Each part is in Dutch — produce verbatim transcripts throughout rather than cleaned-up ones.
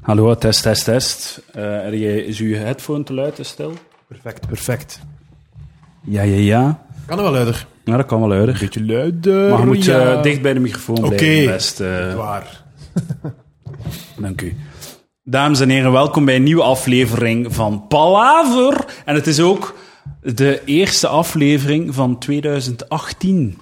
Hallo, test, test, test. Uh, er jij, is uw headphone te luid, te stil? Perfect, perfect. Ja, ja, ja. Kan er wel luider? Ja, dat kan wel luider. Een beetje luider, Maar je moet ja. uh, dicht bij de microfoon blijven. Oké, best. Uh... waar. Dank u. Dames en heren, welkom bij een nieuwe aflevering van Palaver. En het is ook de eerste aflevering van twintig achttien.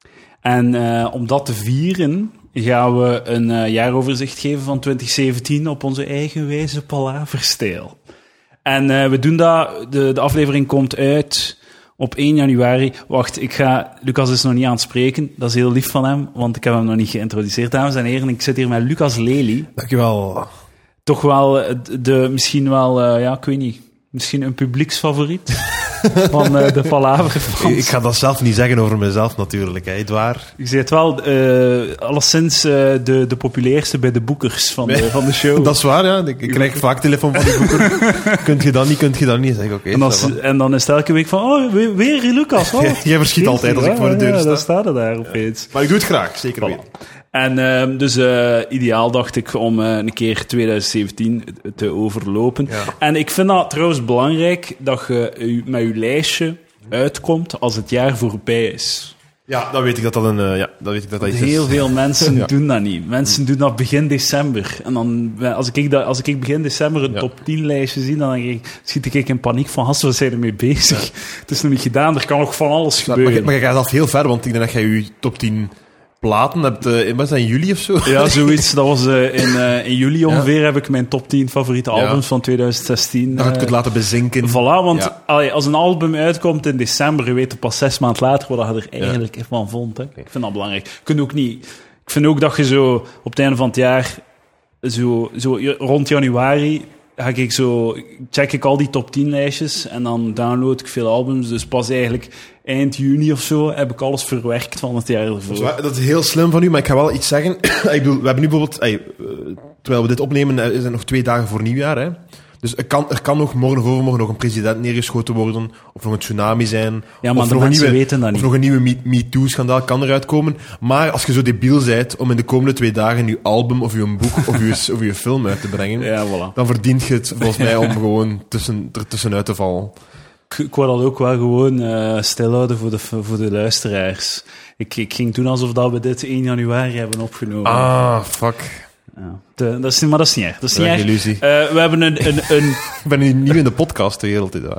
En uh, om dat te vieren gaan we een uh, jaaroverzicht geven van twintig zeventien op onze eigen wijze Palaverstijl. En uh, we doen dat, de, de aflevering komt uit op één januari. Wacht, ik ga, Lucas is nog niet aan het spreken. Dat is heel lief van hem, want ik heb hem nog niet geïntroduceerd. Dames en heren, ik zit hier met Lucas Lely. Dankjewel. Toch wel de, de misschien wel, uh, ja, ik weet niet, misschien een publieksfavoriet van uh, de Palaverfans. Ik ga dat zelf niet zeggen over mezelf natuurlijk, hè, Edouard. Je zit wel uh, alleszins uh, de, de populairste bij de boekers van de, van de show. Dat is waar, ja. Ik, ik krijg vaak telefoon van die boeker. Kunt je dat niet, kunt je dat niet? Zeg ik, oké. Okay, en, en dan is het elke week van, oh, weer, weer Lucas. Oh. Jij verschiet altijd als ik voor de deur ja, sta. Dan staat het daar opeens. Ja. Maar ik doe het graag, zeker voilà. weten. En uh, dus uh, ideaal dacht ik om uh, een keer twintig zeventien te overlopen. Ja. En ik vind dat trouwens belangrijk dat je uh, met je lijstje uitkomt als het jaar voorbij is. Ja, dan weet ik dat dat een... Uh, ja, dan weet ik dat dat iets is. Heel veel mensen ja. doen dat niet. Mensen doen dat begin december. En dan, als ik, dat, als ik begin december een ja. top tien lijstje zie, dan denk ik, schiet ik in paniek van, hast, wat zijn er mee bezig? Ja. Het is nog niet gedaan, er kan nog van alles ja, gebeuren. Maar, maar je gaat zelf heel ver, want ik denk dat jij je top tien... platen hebt, uh, was dat in juli of zo? Ja, zoiets. Dat was uh, in, uh, in juli ongeveer, ja. heb ik mijn top tien favoriete albums ja. van twintig zestien. Dat je het kunt laten bezinken. Voilà, want ja. allee, als een album uitkomt in december, je weet pas zes maanden later wat je er eigenlijk ja. van vond. Hè. Ik vind dat belangrijk. Je kunt ook niet... Ik vind ook dat je zo op het einde van het jaar, zo, zo rond januari, ga ik zo, check ik al die top tien lijstjes en dan download ik veel albums. Dus pas eigenlijk eind juni of zo heb ik alles verwerkt van het jaar ervoor. Dat is, dat is heel slim van u, maar ik ga wel iets zeggen. ik bedoel, we hebben nu bijvoorbeeld... Ey, terwijl we dit opnemen, is het nog twee dagen voor nieuwjaar. Hè? Dus er kan, er kan nog morgen of overmorgen nog een president neergeschoten worden, of nog een tsunami zijn. Ja, maar of de nog mensen een nieuwe, weten dat niet. Of nog een nieuwe MeToo-schandaal kan eruit komen. Maar als je zo debiel bent om in de komende twee dagen je album of je boek of je, of je film uit te brengen, ja, voilà. dan verdient je het volgens mij om gewoon tussen, er tussenuit te vallen. Ik, ik wou dat ook wel gewoon uh, stilhouden voor de, voor de luisteraars. Ik, ik ging doen alsof dat we dit één januari hebben opgenomen. Ah, fuck. Ja, de, dat is, maar dat is niet erg. Dat is niet erg. Illusie. Uh, we hebben een... een, een... Ik ben nu nieuw in de podcast de hele tijd.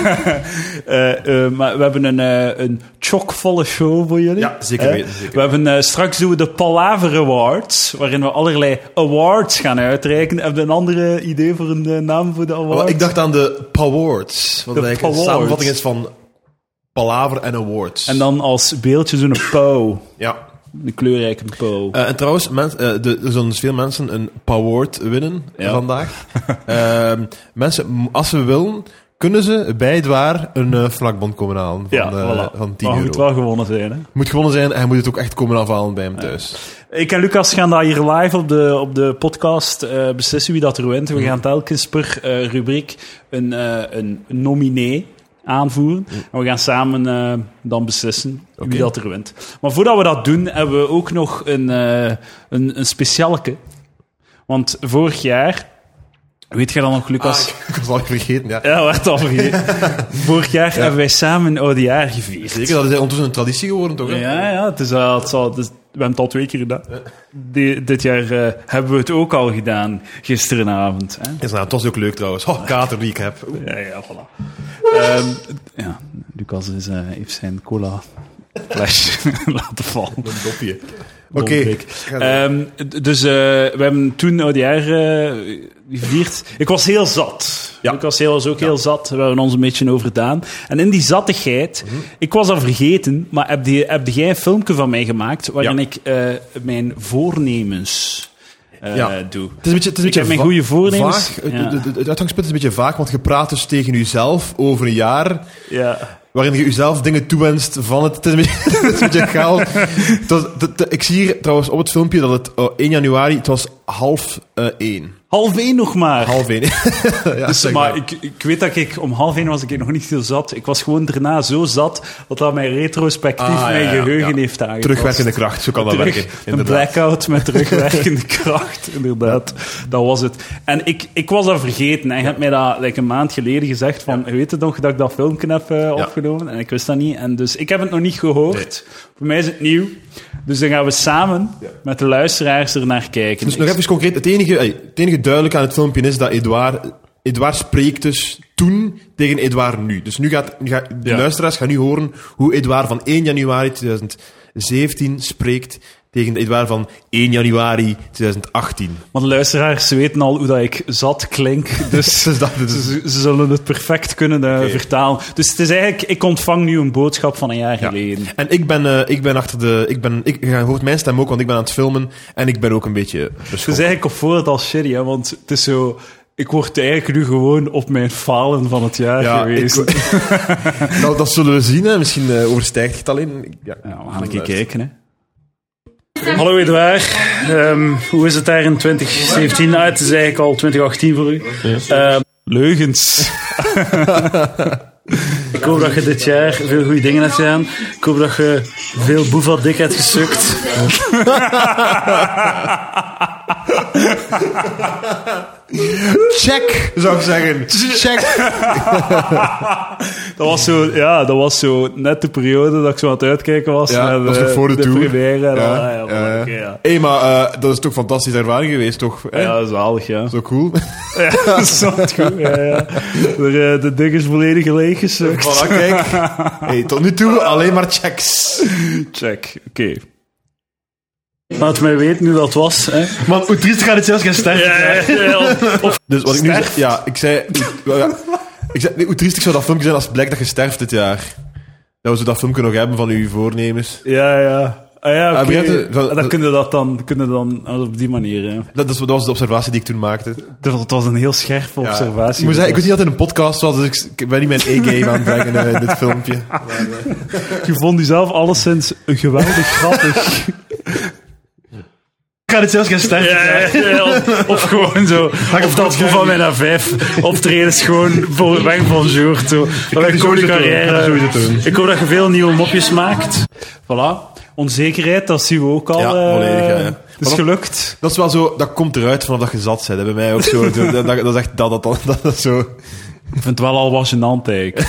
uh, uh, maar we hebben een, uh, een chockvolle show voor jullie. Ja, zeker weten. Zeker. We hebben uh, straks doen we de Palaver Awards, waarin we allerlei awards gaan uitreiken. Heb je een andere idee voor een uh, naam voor de awards? Oh, ik dacht aan de Pawards. Wat de eigenlijk een samenvatting is van Palaver en Awards. En dan als beeldje zo'n pauw. Ja. Een kleurrijke pauw. Uh, en trouwens, mens, uh, de, er zullen dus veel mensen een Paward winnen ja. vandaag. uh, mensen, als ze willen, kunnen ze bij het waar een uh, vlakbond komen halen van, ja, uh, voilà. van tien maar euro. moet wel gewonnen zijn, hè? Moet gewonnen zijn en hij moet het ook echt komen afhalen bij hem thuis. Ja. Ik en Lucas gaan dat hier live op de, op de podcast uh, beslissen wie dat er wint. We mm. gaan telkens per uh, rubriek een, uh, een nominee aanvoeren. Mm. En we gaan samen uh, dan beslissen okay. wie dat er wint. Maar voordat we dat doen, hebben we ook nog een, uh, een, een specialeke. Want vorig jaar... Weet je dat nog, Lucas? Ah, ik, ik was al vergeten, ja. Ja, werd al vergeten. Vorig jaar ja. hebben wij samen een oudejaar gevierd. Zeker, dat is ondertussen een traditie geworden, toch? Hè? Ja, ja. Het is, uh, het zal, het is, we hebben het al twee keer gedaan. Ja. Die, dit jaar uh, hebben we het ook al gedaan, gisterenavond. Hè? Is nou, het was ook leuk trouwens. Oh, kater die ik heb. Oeh. Ja, ja, voilà. um, ja, Lucas is, uh, heeft zijn cola flash laten vallen. Een dopje. Oké. Okay. Um, dus uh, we hebben toen oudejaar uh, gevierd. Ik was heel zat. Ja. Ik was, heel, was ook ja. heel zat. We hebben ons een beetje overdaan. En in die zattigheid, mm-hmm. ik was al vergeten, maar heb, die, heb jij een filmpje van mij gemaakt waarin ja. ik uh, mijn voornemens... Uh, ja. doe. Het is een beetje, het is een beetje mijn goede voornemens. Vaag. Ja. Het, het, het uitgangspunt is een beetje vaag, want je praat dus tegen jezelf over een jaar... Ja. waarin je jezelf dingen toewenst van het... Het is een beetje, het is een beetje gaal. Ik zie hier trouwens op het filmpje dat het oh, één januari... Het was half uh, één. Half één nog maar. Half één. ja, dus, maar ik, ik weet dat ik om half één was ik nog niet zo zat. Ik was gewoon daarna zo zat dat dat mijn retrospectief ah, mijn ja, ja, geheugen ja. heeft aangepast. Terugwerkende kracht, zo kan dat Terug, werken. Een blackout met terugwerkende kracht, inderdaad. Dat was het. En ik, ik was dat vergeten. En je hebt mij dat like, een maand geleden gezegd van, ja. weet je nog dat ik dat filmpje heb uh, opgenomen? Ja. En ik wist dat niet. En dus ik heb het nog niet gehoord. Nee. Voor mij is het nieuw. Dus dan gaan we samen ja. met de luisteraars er naar kijken. Dus nog even concreet, het enige, het enige duidelijk aan het filmpje is dat Edouard, Edouard spreekt dus toen tegen Edouard nu. Dus nu gaat, nu gaat de ja. luisteraars gaan nu horen hoe Edouard van één januari tweeduizend zeventien spreekt tegen de Edouard van één januari tweeduizend achttien. Want de luisteraars weten al hoe dat ik zat klink, dus, dus dat, dus ze, ze zullen het perfect kunnen uh, okay. vertalen. Dus het is eigenlijk, ik ontvang nu een boodschap van een jaar ja. geleden. En ik ben, uh, ik ben achter de... Ik ben, ik, je hoort mijn stem ook, want ik ben aan het filmen en ik ben ook een beetje beschokt. Het is eigenlijk op voorhand al shitty, hè, want het is zo... Ik word eigenlijk nu gewoon op mijn falen van het jaar ja, geweest. Ik, nou, dat zullen we zien, hè. Misschien uh, overstijgt het alleen. Ja, ja, we gaan een keer kijken, hè. Hallo Edouard, um, hoe is het daar in twintig zeventien? Ah, het is eigenlijk al twintig achttien voor u. Ja. Um, leugens. Ik hoop dat je dit jaar veel goede dingen hebt gedaan. Ik hoop dat je veel boefa dik hebt gesukt. Check, zou ik zeggen. Check. Dat was zo, ja, dat was zo net de periode dat ik zo aan het uitkijken was. Ja, naar dat was nog voor de, de tour. première. En ja, dan, ja, ja, ja. Okay, ja. Hey, maar uh, dat is toch een fantastische ervaring geweest, toch? Ja, ja, zalig, ja. Zo cool. Ja, dat is zo goed, ja, ja. De, uh, de dik is volledig leeg gesukt. Voilà, kijk. Hey, tot nu toe alleen maar checks. Check, oké. Okay. Laat mij weten nu dat was. Hè. Man, hoe triest gaat het zelfs gaan sterven? Ja, ja, ja, of dus wat ik nu zeg, ja, ik zei, ja, ik zei nee, hoe triestig zou dat filmpje zijn als het blijkt dat je sterft dit jaar? Dat we zo dat filmpje nog hebben van uw voornemens. Ja, ja. Ah ja, oké. Okay. Ja, dat, dan kunnen dat dan, kunnen dan op die manier. Hè. Dat, dat was de observatie die ik toen maakte. Dat was een heel scherpe ja. observatie. Ik moet zeggen, ik wist niet dat het een podcast was, dus ik, ik ben niet mijn A-game aan het brengen in dit filmpje. Maar, uh. Je vond jezelf alleszins geweldig grappig. Ik ga het zelfs gaan sterven. Ja, ja, ja, of, of gewoon zo. Of dat boef van mij naar vijf optredens gewoon voor weg van jour. Zo. Dat ik een carrière. Ik hoop dat je veel nieuwe mopjes maakt. Voilà. Onzekerheid, dat zien we ook al. Ja, volledig, ja, ja. Het is gelukt. Dat is wel zo, dat komt eruit vanaf dat je zat bent. Bij mij ook zo. dat, dat, dat is echt dat, dat, dat, dat, dat zo. Ik vind het wel al wat gênant, eigenlijk.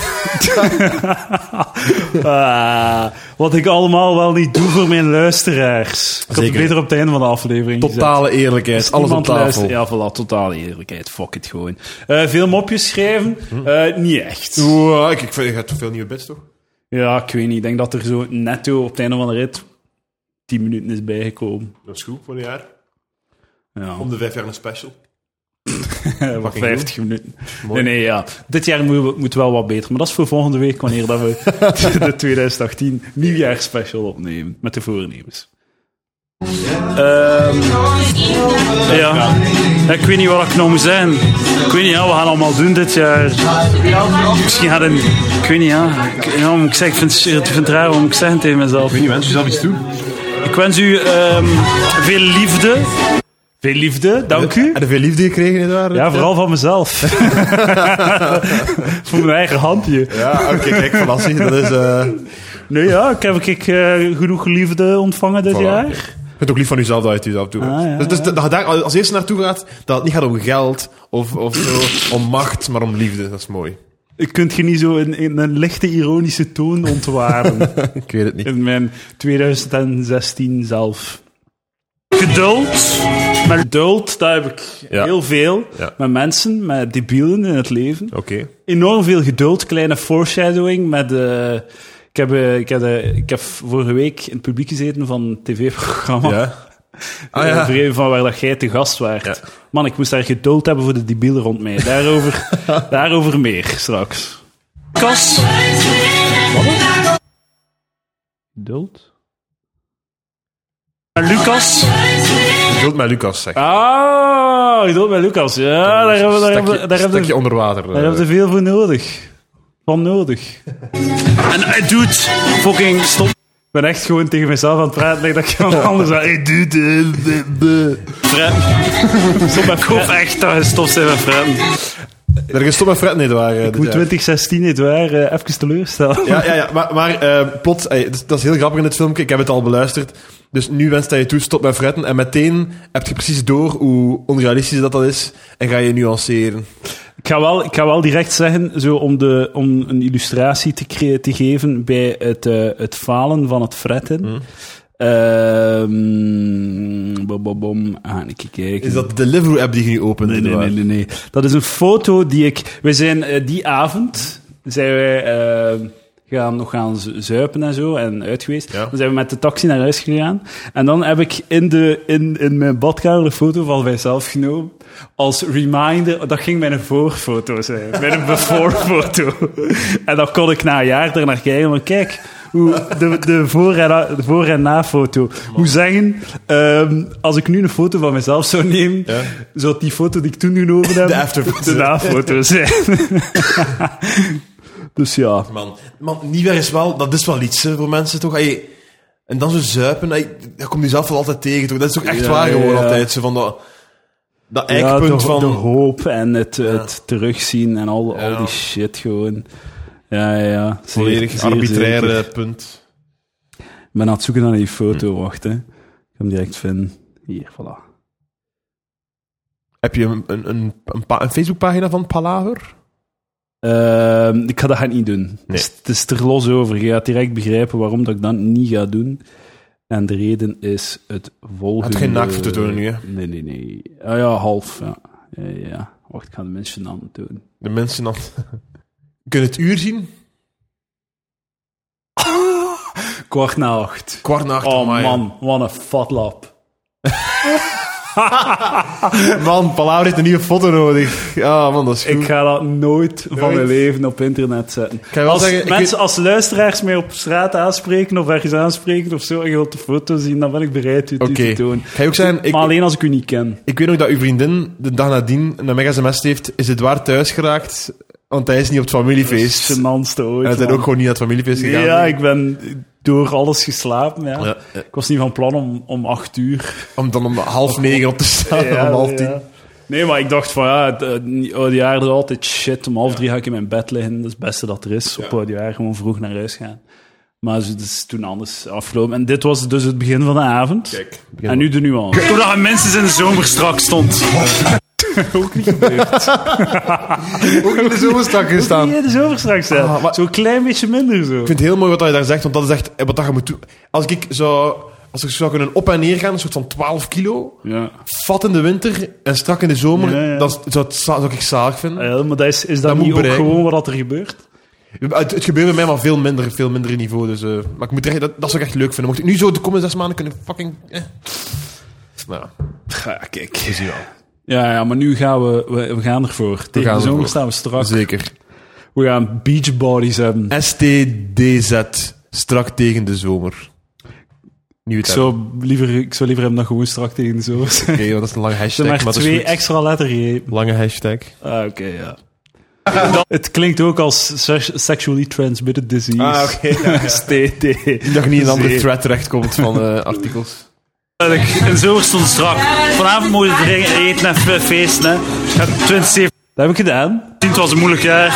uh, wat ik allemaal wel niet doe voor mijn luisteraars. Ik had het beter op het einde van de aflevering Totale gezet. Eerlijkheid, dus alles op tafel. Luistert, ja, voilà, totale eerlijkheid. Fuck it gewoon. Uh, veel mopjes schrijven? Uh, niet echt. Oeh, ik, ik vind, je hebt toch veel nieuwe bits, toch? Ja, ik weet niet. Ik denk dat er zo netto op het einde van de rit tien minuten is bijgekomen. Dat is goed voor een jaar. Ja. Om de vijf jaar een special. Wat vijftig minuten. Mooi. Nee, nee, ja. Dit jaar moet, moet wel wat beter. Maar dat is voor volgende week, wanneer dat we de twintig achttien nieuwjaarsspecial opnemen. Met de voornemens. Um, ja. ja. Ik weet niet wat ik nou moet zeggen. Ik weet niet, ja, we gaan allemaal doen dit jaar. Misschien gaat het... Ik weet niet, ja. Ik, ja ik, zeg, ik, vind, ik vind het raar om ik zeggen tegen mezelf. Ik weet niet, wens u zelf iets toe. Ik wens u um, veel liefde. Veel liefde, dank u. Heb je veel liefde gekregen, Edouard? Ja, vooral van mezelf. Voor mijn eigen handje. Ja, oké, okay, kijk, fantastisch. Dat is... Uh... Nee, ja, ik heb ik, uh, genoeg liefde ontvangen dit voilà. jaar. Ik vind het ook lief van jezelf dat je jezelf toe ah, ja, dus, dus ja. dat je daar als eerste naartoe gaat, dat het niet gaat om geld of, of zo, om macht, maar om liefde. Dat is mooi. Je kunt je niet zo in, in een lichte ironische toon ontwaren. Ik weet het niet. In mijn twintig zestien zelf. Geduld. Met geduld, dat heb ik ja. heel veel. Ja. Met mensen, met debielen in het leven. Oké. Okay. Enorm veel geduld, kleine foreshadowing met... Uh, ik, heb, uh, ik, heb, uh, ik heb vorige week in het publiek gezeten van een tv-programma. Ja. Ah, ja. Uh, van waar dat jij te gast waart. Ja. Man, ik moest daar geduld hebben voor de debielen rond mij. Daarover, daarover meer straks. Kas. Wat? Geduld? Lucas. Geduld met Lucas, zeg. Ah, geduld met Lucas. Ja, daar hebben we... Daar stekje, hebben, daar stekje hebben, onder water. Daar uh. hebben we veel voor nodig. Van nodig. En hij doet fucking stop. Ik ben echt gewoon tegen mezelf aan het praten. Like dat ik iemand anders aan... Hey, dude. Fretten. Stop met fretten. echt dat je stopt zijn met fretten. Er is toch met fretten niet waar. Ik moet twintig zestien niet waar uh, even teleurstellen. Ja, ja, ja. Maar, maar uh, plots... Ey, dat, is, dat is heel grappig in dit filmpje. Ik heb het al beluisterd. Dus nu wenst hij je toe, stop met fretten. En meteen heb je precies door hoe onrealistisch dat, dat is. En ga je nuanceren. Ik ga wel, ik ga wel direct zeggen, zo om, de, om een illustratie te, cre- te geven bij het, uh, het falen van het fretten. Mm. Um, bom, bom, bom. Ah, een keer kijken. Is dat de Deliveroo-app die je nu opent? Nee, nee, nee, nee, nee. Dat is een foto die ik... We zijn uh, die avond... Zijn wij... Uh, gaan nog gaan zuipen en zo, en uit geweest. Ja. Dan zijn we met de taxi naar huis gegaan. En dan heb ik in, de, in, in mijn badkamer een foto van mijzelf genomen. Als reminder, dat ging mijn voorfoto zijn. Mijn before-foto. En dan kon ik na een jaar er naar kijken. Maar kijk, hoe de, de, voor- en na, de voor- en na-foto. Hoe zeggen, um, als ik nu een foto van mezelf zou nemen, ja. zou die foto die ik toen genomen heb, de, de na-foto zijn. Dus ja. Man, man Nieuwjaar is wel... Dat is wel iets, hè, voor mensen, toch? Ay, en dan zo zuipen, ay, dat komt je zelf wel altijd tegen, toch? Dat is toch echt ja, waar gewoon ja. altijd, zo van dat... Dat eikpunt ja, van... de hoop en het, ja. het terugzien en al, ja. al die shit gewoon. Ja, ja, ja. Zeer, volledig zeer arbitraire zeker. punt. Ik ben aan het zoeken naar die foto, hm. wacht, hè. Ik ga hem direct vinden. Hier, voilà. Heb je een, een, een, een, pa- een Facebookpagina van Palaver? Uh, ik ga dat niet doen. Nee. Het, is, het is er los over. Je gaat direct begrijpen waarom dat ik dat niet ga doen. En de reden is het volgende... Het geen naaktfoto tonen nu, hè? Nee, nee, nee. Ah ja, half, ja. Ja, ja. Wacht, ik ga de mensen aan het doen. De mensen aan Kun je het uur zien? Kwart na acht. Kwart na acht, oh amai. Man, wat een fatlap. Man, Palaver heeft een nieuwe foto nodig. Ja, man, dat is goed. Ik ga dat nooit, nooit. van mijn leven op internet zetten. Kan je wel als zeggen, mensen, weet... als luisteraars mij op straat aanspreken of ergens aanspreken of zo, en je wilt de foto zien, dan ben ik bereid u okay. te tonen. Ga je ook zeggen, ik, maar alleen als ik u niet ken. Ik weet nog dat uw vriendin de dag nadien een mega sms heeft, is het waar thuis geraakt, want hij is niet op het familiefeest. Dat is het gênantste ooit. En hij is ook gewoon niet naar het familiefeest gegaan. Ja, ik ben door alles geslapen. Ja. Ja, ja. Ik was niet van plan om, om acht uur. Om dan om half negen op te staan, ja, om half tien. Ja. Nee, maar ik dacht van ja, het, het oudejaar is altijd shit. Om half drie ga ik in mijn bed liggen. Dat is het beste dat er is. Ja. Op oudejaar gewoon vroeg naar huis gaan. Maar het is toen anders afgelopen. En dit was dus het begin van de avond. Kijk, en nu de nuance. Toen dat mensen in de zomer strak stond. Ook niet gebeurd. Ook in de zomerstrak gestaan. Ook niet in de zomerstrak staan. Ah, maar... Zo'n klein beetje minder zo. Ik vind het heel mooi wat je daar zegt, want dat is echt wat je moet doen. Als ik zou, als ik zou kunnen op en neer gaan, een soort van twaalf kilo, ja. vat in de winter en strak in de zomer, ja, ja. Dat zou, zou ik zalig vinden. Ja, maar dat is, is dat, dat niet ook gewoon wat er gebeurt? Het, het gebeurt bij mij, maar veel minder, veel minder niveau. Dus, uh, maar ik moet echt, dat, dat zou ik echt leuk vinden. Mocht ik nu zo de komende zes maanden kunnen fucking... Eh. Nou, ja, kijk. Is wel. Ja, ja, maar nu gaan we, we, we gaan ervoor. Tegen de zomer staan we strak. Zeker. We gaan beachbodies hebben. S T D Z. Strak tegen de zomer. Nu ik, zou liever, ik zou liever hem dan gewoon strak tegen de zomer zijn. Oké, okay, want dat is een lange hashtag. Er maar, maar twee extra letteren. Lange hashtag. Ah, oké, okay, ja. Dat, het klinkt ook als sexually transmitted disease. Ah, oké. Okay, ja, ja. S T D. Ik dacht niet een andere thread terechtkomt van uh, artikels. In zomer stond strak. Vanavond moet je eten en feesten. Hè. twintig zeven. Dat heb ik gedaan. Het was een moeilijk jaar.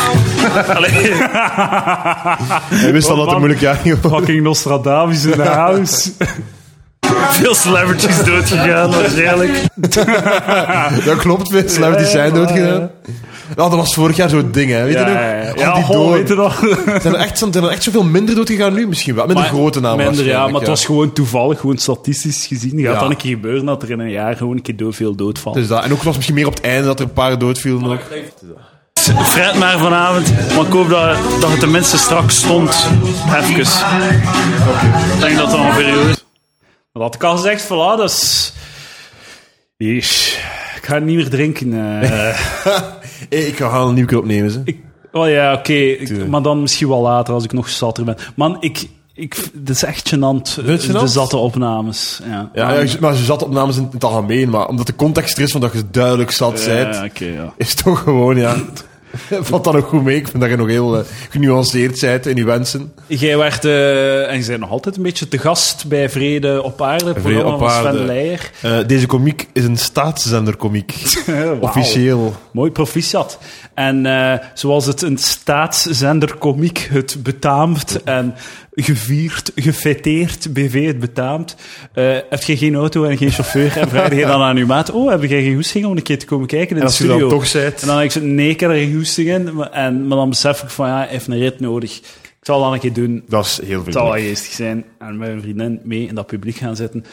Hij wist al dat het een moeilijk jaar ging worden. Fucking Nostradamus in de house. Veel celebrities doodgegaan, waarschijnlijk. Dat klopt, veel celebrities zijn doodgegaan. Ja, dat was vorig jaar zo'n ding, hè. Weet ja, je nog? Ja, ja. ja die hol, weet je nog? Zijn er, echt, zijn er echt zoveel minder doodgegaan nu? Misschien wel. Minder maar, grote namen minder, ja, maar het ja. was gewoon toevallig, gewoon statistisch gezien. Gaat ja. dan een keer gebeuren dat er in een jaar gewoon een keer dood, veel doodvalt. Dus dat. En ook was misschien meer op het einde dat er een paar doodvielen nog. Fret maar vanavond, maar ik hoop dat, dat het tenminste straks stond. Even. Okay. Ik denk dat dat een periode is. Dat had ik al gezegd, voilà, dat is... Yeesh. Ik ga niet meer drinken. Uh. hey, ik ga gaan een nieuw keer opnemen. Ze. Ik, oh ja, oké. Okay. Maar dan misschien wel later, als ik nog zatter ben. Man, ik... ik dit is echt gênant, de zatte opnames. Ja, ja, ja je, maar je zatte opnames in het algemeen, maar omdat de context er is van dat je duidelijk zat ja, bent, ja, okay, ja. is toch gewoon, ja... Valt dat nog goed mee? Ik vind dat je nog heel uh, genuanceerd bent in je wensen. Jij werd, uh, en je bent nog altijd een beetje te gast bij Vrede op Aarde, Vrede op Aarde. Sven Leijer. Uh, deze komiek is een staatszenderkomiek. Wow. Officieel. Mooi proficiat. En uh, zoals het een staatszenderkomiek het betaamt en gevierd, gefeteerd, B V het betaamt, uh, heb je geen auto en geen chauffeur en vraag je dan aan je maat, oh, heb jij geen goesting om een keer te komen kijken in en de studio? En als je dan toch zijt... En dan heb ik zo, nee, ik heb er geen goesting in. En, maar dan besef ik van, ja, hij heeft een rit nodig. Ik zal dat een keer doen. Dat is heel veel. Het zal wel geestig zijn. En met een vriendin mee in dat publiek gaan zitten.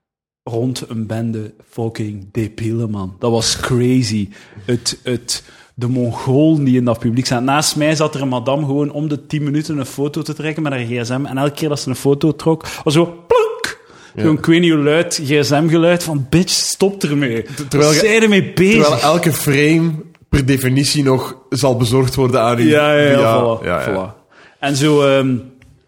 Rond een bende fucking debielen, man. Dat was crazy. Het... het de Mongolen die in dat publiek zaten. Naast mij zat er een madame gewoon om de tien minuten een foto te trekken met haar gsm. En elke keer dat ze een foto trok, was zo... Plunk! Ja. Zo'n ik weet niet hoe luid gsm-geluid van... Bitch, stop ermee. Terwijl Wat zijn ermee bezig? Terwijl elke frame per definitie nog zal bezorgd worden aan u. Ja, ja, ja. ja, voilà, ja, ja. Voilà. En zo... Um,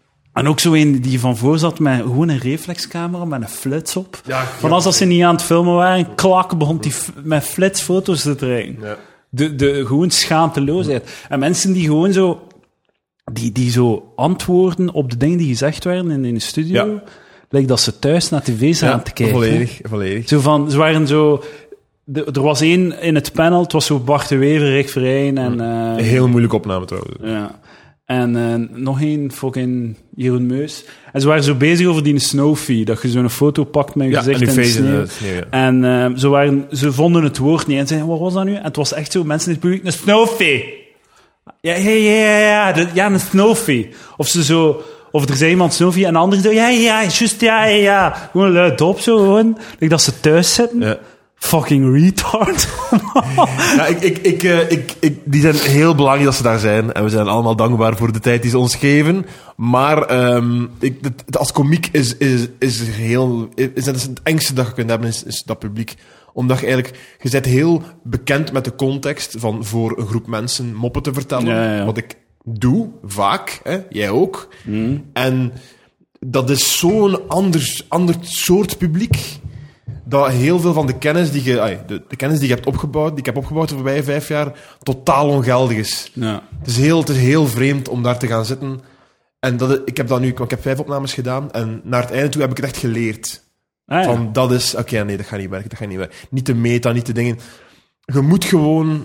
en ook zo een die van voor zat met gewoon een reflexcamera met een flits op. Ja, van als dat ze niet aan het filmen waren, klak, begon die f- met flits foto's te trekken. Ja. De, de gewoon schaamteloosheid. En mensen die gewoon zo... Die, die zo antwoorden op de dingen die gezegd werden in, in de studio... Ja. Lijkt dat ze thuis naar tv zijn ja, aan te kijken. volledig, volledig. Zo van, ze waren zo... De, er was één in het panel, het was zo Bart de Wever, Rick Verheyen en... Uh, een heel moeilijke opname trouwens. Ja. En uh, nog één, fucking Jeroen Meus. En ze waren zo bezig over die snowfee, dat je zo'n foto pakt met je ja, gezicht en in de sneeuw. In de sneeuw ja. En uh, ze, waren, ze vonden het woord niet en zeiden, wat was dat nu? En het was echt zo, mensen in het publiek, een snowfee. Ja, ja, ja, ja, ja, de, ja, een snowfee. Of ze zo... Of er zei iemand snowfee en de andere zo, ja, ja, juist, ja, ja, ja. Gewoon luid op zo, gewoon. Like dat ze thuis zitten. Ja. Fucking retard. ja, ik, ik, ik, uh, ik, ik, die zijn heel belangrijk dat ze daar zijn. En we zijn allemaal dankbaar voor de tijd die ze ons geven. Maar um, ik, het, als komiek is, is, is heel... Is, dat is het engste dat je kunt hebben, is, is dat publiek. Omdat je eigenlijk... Je bent heel bekend met de context van voor een groep mensen moppen te vertellen. Ja, ja. Wat ik doe, vaak. Hè? Jij ook. Mm. En dat is zo'n ander, ander soort publiek... dat heel veel van de kennis die je, ay, de, de kennis die je hebt opgebouwd, die ik heb opgebouwd de voorbije vijf jaar, totaal ongeldig is. Ja. Het is heel, het is heel vreemd om daar te gaan zitten. En dat, ik heb dat nu, ik heb vijf opnames gedaan en naar het einde toe heb ik het echt geleerd. Ah, ja. Van, dat is, oké, okay, nee, dat gaat niet werken, dat gaat niet werken. Niet de meta, niet de dingen. Je moet gewoon,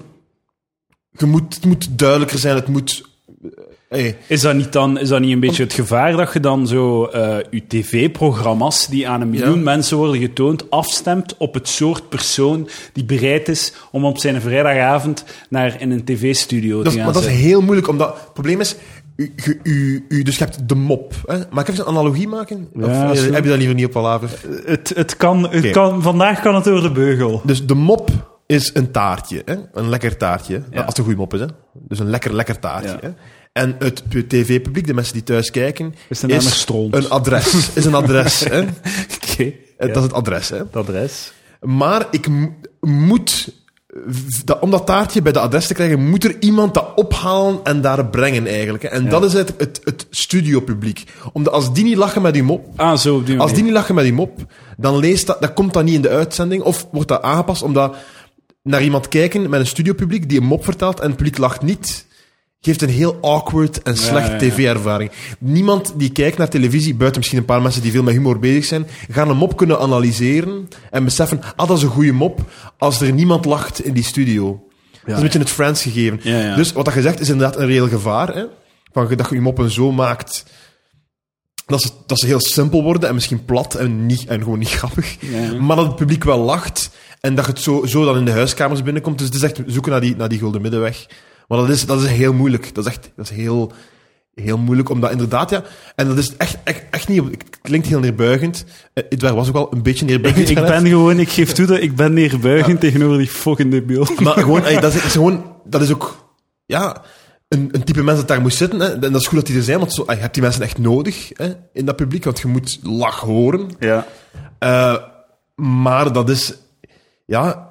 je moet, het moet duidelijker zijn, het moet... Hey. Is dat niet dan, is dat niet een beetje het gevaar dat je dan zo uh, je tv-programma's die aan een miljoen ja. mensen worden getoond, afstemt op het soort persoon die bereid is om op zijn vrijdagavond naar in een tv-studio te gaan Maar dat is heel moeilijk, omdat het probleem is, u, u, u, u, dus je hebt de mop. Hè? Maar ik heb een analogie maken? Ja, of heb je dat liever niet op Palaver? Het, het kan, het okay. kan, vandaag kan het door de beugel. Dus de mop is een taartje, hè? Een lekker taartje. Ja. Als het een goede mop is, hè? Dus een lekker, lekker taartje. Ja. Hè? En het tv-publiek, de mensen die thuis kijken, is, is een adres. Is een adres, hè? Okay, dat ja. is het adres, hè? Het adres. Maar ik m- moet... Dat, om dat taartje bij de adres te krijgen, moet er iemand dat ophalen en daar brengen, eigenlijk. Hè? En ja. dat is het, het, het studiopubliek. Omdat als die niet lachen met die mop... Ah, zo, die als die niet lachen met die mop, dan leest dat... Dan komt dat niet in de uitzending, of wordt dat aangepast, omdat naar iemand kijken met een studiopubliek die een mop vertelt en het publiek lacht niet... geeft een heel awkward en slecht ja, ja, ja. tv-ervaring. Niemand die kijkt naar televisie, buiten misschien een paar mensen die veel met humor bezig zijn, gaan een mop kunnen analyseren en beseffen, ah, dat is een goede mop, als er niemand lacht in die studio. Ja, dat is een beetje het Friends gegeven. Ja, ja. Dus wat dat gezegd is inderdaad een reëel gevaar, hè? Van dat je je moppen zo maakt dat ze, dat ze heel simpel worden en misschien plat en, niet, en gewoon niet grappig, ja, ja. maar dat het publiek wel lacht en dat het zo, zo dan in de huiskamers binnenkomt. Dus het is echt zoeken naar die, naar die gulden middenweg. Maar dat is, dat is heel moeilijk. Dat is echt dat is heel, heel moeilijk, omdat inderdaad, ja... En dat is echt, echt, echt niet... Het klinkt heel neerbuigend. Edouard was ook wel een beetje neerbuigend. Ik, ik ben gewoon... Ik geef toe dat ik ben neerbuigend ja. tegenover die fucking debiel. Maar gewoon, ey, dat, is, is gewoon... Dat is ook... Ja... Een, een type mens dat daar moet zitten. Hè, en dat is goed dat die er zijn, want zo, je hebt die mensen echt nodig hè, in dat publiek, want je moet lach horen. Ja. Uh, maar dat is... Ja...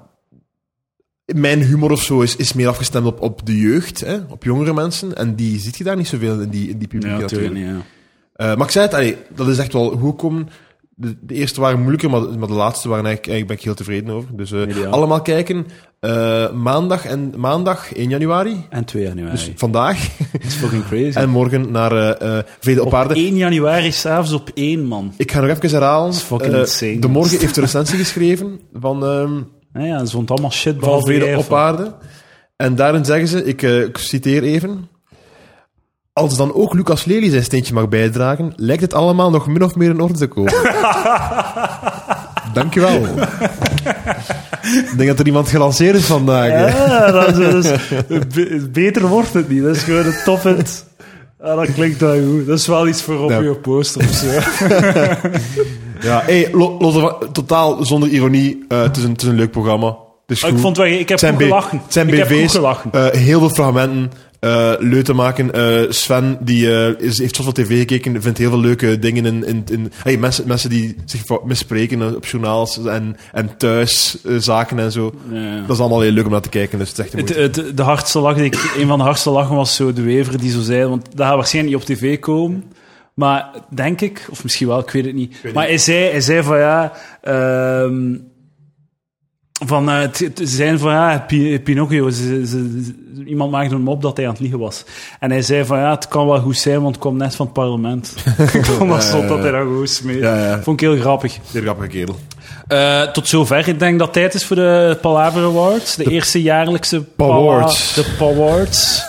Mijn humor of zo is, is meer afgestemd op, op de jeugd, hè, op jongere mensen. En die ziet je daar niet zoveel in die, in die publiek. Ja, natuurlijk niet, ja. Uh, maar ik zei het, allee, dat is echt wel goed komen. de, de eerste waren moeilijker, maar, maar de laatste waren eigenlijk, eigenlijk ben ik heel tevreden over. Dus uh, Ideaal. allemaal kijken. Uh, maandag, en, maandag één januari. En twee januari. Dus vandaag. Dat is fucking crazy. En morgen naar uh, uh, Vrede op, op Aarde. één januari, s'avonds op één, man. Ik ga nog even herhalen. Dat is fucking uh, insane. De Morgen heeft een recensie geschreven van, um, Ja, ja, ze vond allemaal shit van Vrede op Aarde. En daarin zeggen ze, ik, uh, ik citeer even... Als dan ook Lucas Lely zijn steentje mag bijdragen, lijkt het allemaal nog min of meer in orde te komen. Dankjewel. Ik denk dat er iemand gelanceerd is vandaag. Ja, dat is, dat is, beter wordt het niet. Dat is gewoon een top hit. Ja, dat klinkt wel goed. Dat is wel iets voor op Ja. je poster of zo. Ja, hey, lo, los ervan, totaal zonder ironie. Uh, het, is een, het is een leuk programma. Het is Ik goed. vond wel, ik heb Het zijn goed B- gelachen. Het zijn ik heb goed B V's. gelachen. Uh, heel veel fragmenten. Uh, leuk te maken. Uh, Sven die, uh, is, heeft zoveel tv gekeken, vindt heel veel leuke dingen in... in, in hey, mensen, mensen die zich misspreken op journaals en, en thuis uh, zaken en zo. Ja. Dat is allemaal heel leuk om naar te kijken. Dus het is echt een Het, moeite. het, de hardste lach, die ik, een van de hardste lachen was zo de Wever die zo zei, want dat gaat waarschijnlijk niet op tv komen, maar denk ik, of misschien wel, ik weet het niet. weet Maar hij zei, hij zei van ja, ehm van, uh, het, het zijn van ja, Pi- Pinocchio, ze, ze, ze- iemand maakte hem op dat hij aan het liegen was. En hij zei van ja, het kan wel goed zijn, want het komt net van het parlement. Ik vond dat zot dat hij dat goed smeet. Ja, ja. Vond ik heel grappig. Zeer grappige kerel. Uh, tot zover. Ik denk dat het tijd is voor de Palaver Awards. De, eerste jaarlijkse Pala- Pawards. De Pawards.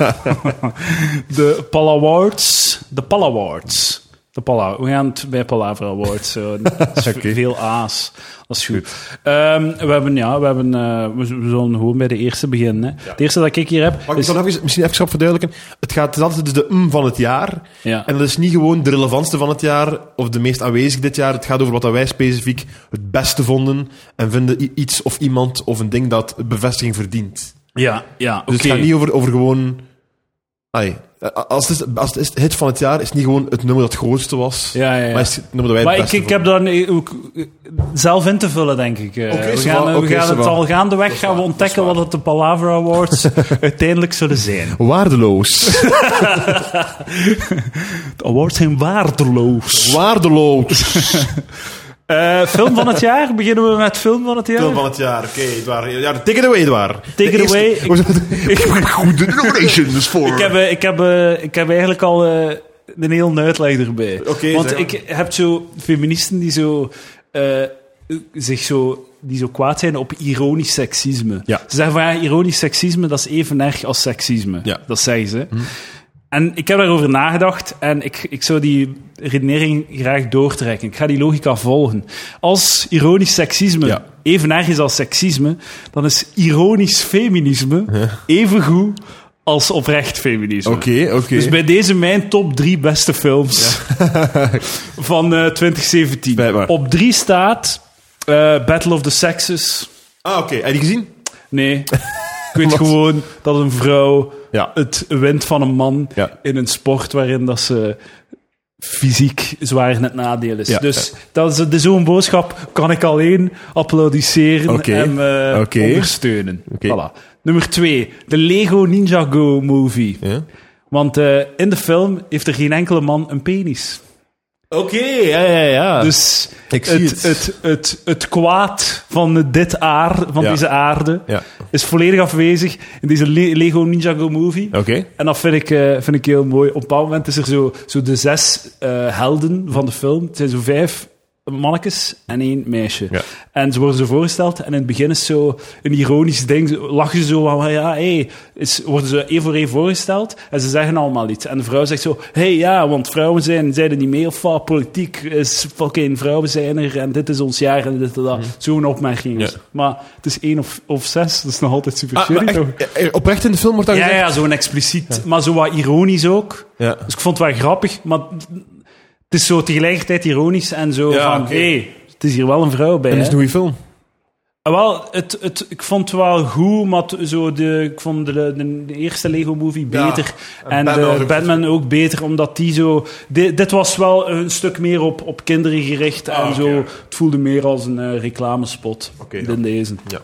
de Palawards. De Palawards. De Pala. We gaan het bij Palaver Awards. Zo. Dat is Oké. veel A's. Dat is goed. Um, we hebben, ja, we hebben, uh, we zullen gewoon bij de eerste beginnen. Hè. Ja. De eerste dat ik hier heb... Mag ik is, dan even, misschien even verduidelijken? Het, gaat, het is altijd dus de mm van het jaar. ja. En dat is niet gewoon de relevantste van het jaar of de meest aanwezig dit jaar. Het gaat over wat dat wij specifiek het beste vonden en vinden i- iets of iemand of een ding dat bevestiging verdient. ja, ja, oké. Dus het gaat niet over, over gewoon... Ai, als, het is, als het is het hit van het jaar, is het niet gewoon het nummer dat het grootste was. Ja, ja, ja. Maar is het nummer dat wij Maar het ik, beste ik heb vonden. daar nee, ook eh, zelf in te vullen, denk ik. Uh, Oké, we zo gaan, wel. we Oké, gaan zo het wel. al gaandeweg Dat is gaan we waar, ontdekken dat is wat het de Palaver Awards uiteindelijk zullen zijn. Waardeloos. De awards zijn waardeloos. Waardeloos. Uh, film van het jaar? Beginnen we met film van het jaar? Film van het jaar, oké. Okay, ja, take it away, Edouard. Take it away. Ik heb goede nominations voor. Ik heb, uh, ik, heb, uh, ik heb eigenlijk al uh, een hele uitleg erbij. Oké, Want zeg maar. ik heb zo feministen die zo... Uh, zich zo, die zo kwaad zijn op ironisch seksisme. Ja. Ze zeggen van ja, ironisch seksisme, dat is even erg als seksisme. Ja. Dat zeggen ze. Hm. En ik heb daarover nagedacht en ik, ik zou die redenering graag doortrekken. Ik ga die logica volgen. Als ironisch seksisme Ja. even erg is als seksisme, dan is ironisch feminisme Ja. even goed als oprecht feminisme. Oké, oké. Dus bij deze mijn top drie beste films van uh, twintig zeventien. Spijt me. Op drie staat uh, Battle of the Sexes. Ah, oké. Heb je die gezien? Nee. Ik weet Wat? gewoon dat een vrouw Ja. het wint van een man Ja. in een sport waarin dat ze fysiek zwaar in het nadeel is. Ja. Dus dat is, de zo'n boodschap kan ik alleen applaudisseren Oké. en uh, Oké. ondersteunen. Oké. Voilà. Nummer twee, de Lego Ninjago movie. Ja. Want uh, in de film heeft er geen enkele man een penis. Oké, ja, ja, ja. Dus Ik zie het, het. het, het, het kwaad van dit aard, van Ja. deze aarde, Ja. is volledig afwezig in deze Le- Lego Ninjago movie. Oké. En dat vind ik, uh, vind ik heel mooi. Op een bepaald moment is er zo, zo de zes uh, helden van de film. Het zijn zo vijf mannetjes en één meisje. Ja. En ze worden zo voorgesteld. En in het begin is zo een ironisch ding. Zo lachen ze zo van, ja, hey, is, worden ze één voor één voorgesteld. En ze zeggen allemaal iets. En de vrouw zegt zo, hey, ja, want vrouwen zijn, zijn er niet mee. Of ah, politiek is fucking vrouwen zijn er. En dit is ons jaar en dit en dat. Mm. Zo'n opmerking is. Ja. Maar het is één of, of zes. Dat is nog altijd super Ah, shitty, maar toch? echt, eh, oprecht in de film wordt dat Ja, gezegd? ja, zo'n expliciet, maar zo wat ironisch ook. Ja. Dus ik vond het wel grappig, maar het is zo tegelijkertijd ironisch en zo Ja, van, oké. hé, hey, het is hier wel een vrouw bij. En is hè. het een goede film? Ah, wel, het, het, ik vond het wel goed, maar t- zo de, ik vond de, de, de eerste Lego-movie Ja, beter. en En Batman was de ook Batman ook beter, omdat die zo... Dit, dit was wel een stuk meer op, op kinderen gericht Ah, en oké, zo. ja. Het voelde meer als een uh, reclamespot Oké, dan ja. deze. Ja.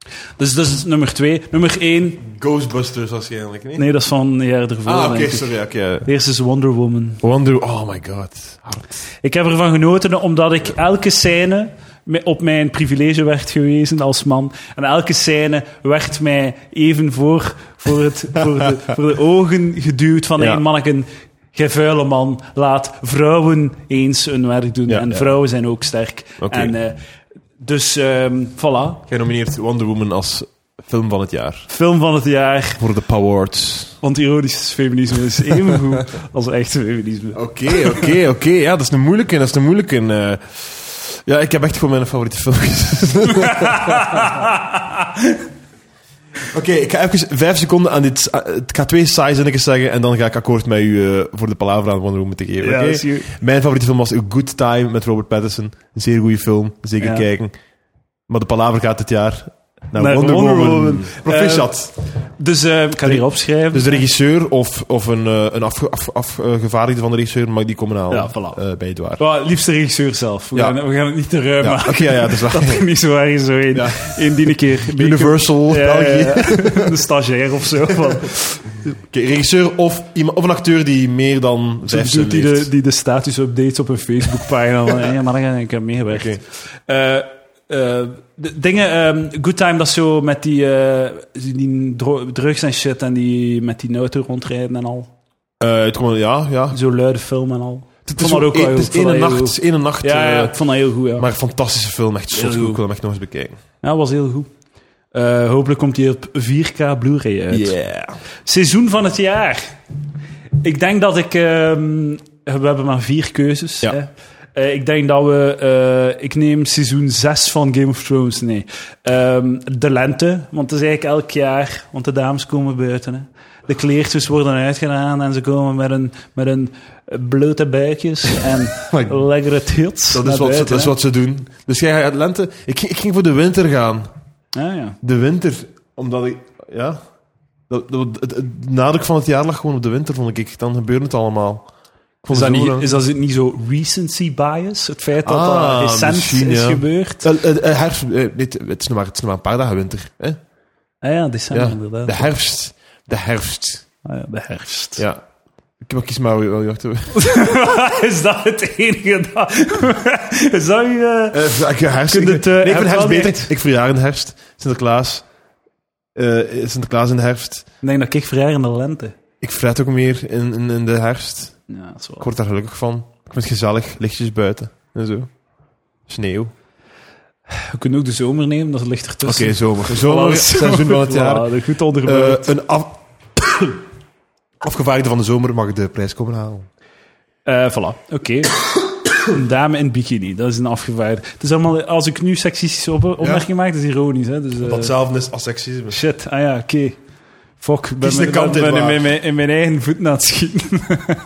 Dus dat is nummer twee. Nummer één... Ghostbusters waarschijnlijk, niet? Nee, dat is van een jaar ervoor. Ah, oké, denk ik. sorry. Okay, ja. De eerste is Wonder Woman. Wonder... Oh my god. Hard. Ik heb ervan genoten omdat ik elke scène op mijn privilege werd gewezen als man. En elke scène werd mij even voor, voor, het, voor, de, voor de ogen geduwd van... Ja. Hey, manneken, gij vuile man, laat vrouwen eens hun werk doen. Ja, en ja. vrouwen zijn ook sterk. Oké. En, uh, dus, um, voilà. Jij nomineert Wonder Woman als film van het jaar. Film van het jaar. Voor de Powards. Want ironisch feminisme is even goed als echt feminisme. Oké, oké, oké. Ja, dat is een moeilijke. Dat is een moeilijke. Uh, ja, ik heb echt gewoon mijn favoriete film gezien. Oké, okay, ik ga even vijf seconden aan dit... Uh, ik ga twee saaie zinnetjes zeggen en dan ga ik akkoord met u uh, voor de palaver aan Wonder Woman te geven. Ja, okay? je... Mijn favoriete film was A Good Time met Robert Pattinson. Een zeer goede film. Zeker ja. kijken. Maar de palaver gaat dit jaar naar nee, Wonder, Wonder Woman. Woman. Proficiat. Uh, dus uh, ik ga hier opschrijven. Dus de regisseur of, of een, uh, een afgevaardigde af, af, van de regisseur mag die komen halen ja, voilà. uh, bij Edouard. Well, liefst de regisseur zelf. We, ja. gaan, we gaan het niet te ruim ja. maken. Okay, ja, ja, dat is waar. Dat er niet zo ergens zo in. Ja. In die keer. Universal, ja, België. Ja, ja. De stagiair of zo. Van. Okay, regisseur of, iemand, of een acteur die meer dan vijf doet die de, die de status-updates op een Facebookpagina van ja, maar dan ga ik heb meegewerkt. Okay. Uh, Uh, de dingen, um, Good Time, dat is zo met die, uh, die dro- drugs en shit en die met die auto rondrijden en al. Uh, het kon, ja, ja. Zo luide film en al. Het is, ook een, het is ene nacht, het is ene nacht. Ja, ja, uh, ik vond dat heel goed, ja. Maar een fantastische film, echt zo goed. Ik wil hem echt nog eens bekijken. Ja, dat was heel goed. Uh, hopelijk komt hij op vier K Blu-ray uit. Yeah. Seizoen van het jaar. Ik denk dat ik... Um, we hebben maar vier keuzes, ja. hè. Uh, ik denk dat we... Uh, ik neem seizoen zes van Game of Thrones. Nee. Um, de lente, want dat is eigenlijk elk jaar. Want de dames komen buiten. Hè. De kleertjes worden uitgedaan en ze komen met een, met een blote buikjes en lekkere tits. Dat is, wat buiten, ze, dat is wat ze doen. Dus jij gaat lente... Ik, ik ging voor de winter gaan. Ah, ja. De winter, omdat ik... Ja... Dat, dat, het, het nadruk van het jaar lag gewoon op de winter, vond ik. Dan gebeurde het allemaal. Is dat, niet, is dat niet zo recency bias? Het feit dat ah, dat recent is ja. gebeurd? Uh, uh, uh, herfst, uh, nee, het, is nog maar, het is nog maar een paar dagen winter. Hè? Ah ja, december ja, inderdaad. De herfst. De herfst. Ah ja, de herfst. Ja. Ik heb kies maar wel wachten. Is dat het enige dat... Is dat je... Uh, ik herfst. Ik, het, uh, nee, ik vind herfst beter. Echt... Ik verjaar in de herfst. Sinterklaas. Uh, Sinterklaas in de herfst. Ik denk dat ik verjaar in de lente. Ik fret ook meer in, in, in de herfst. Ja, dat is wel. Ik word daar gelukkig van. Ik vind het gezellig. Lichtjes buiten. En zo. Sneeuw. We kunnen ook de zomer nemen, dat ligt ertussen. Oké, okay, zomer. Zomer, seizoen van het jaar. Ja, goed onderbouwd. Uh, een af... afgevaardigde van de zomer mag de prijs komen halen. Uh, voilà, oké. Okay. Een dame in bikini, dat is een afgevaardigde. Het is allemaal, als ik nu seksistische op- opmerking ja. maak, dat is ironisch. Hè? Dus, uh, datzelfde is als seksisme. Shit, ah ja, oké. Okay. Fuck, ik ben, ben, ben, ben in, mijn, in mijn eigen voet aan het schieten.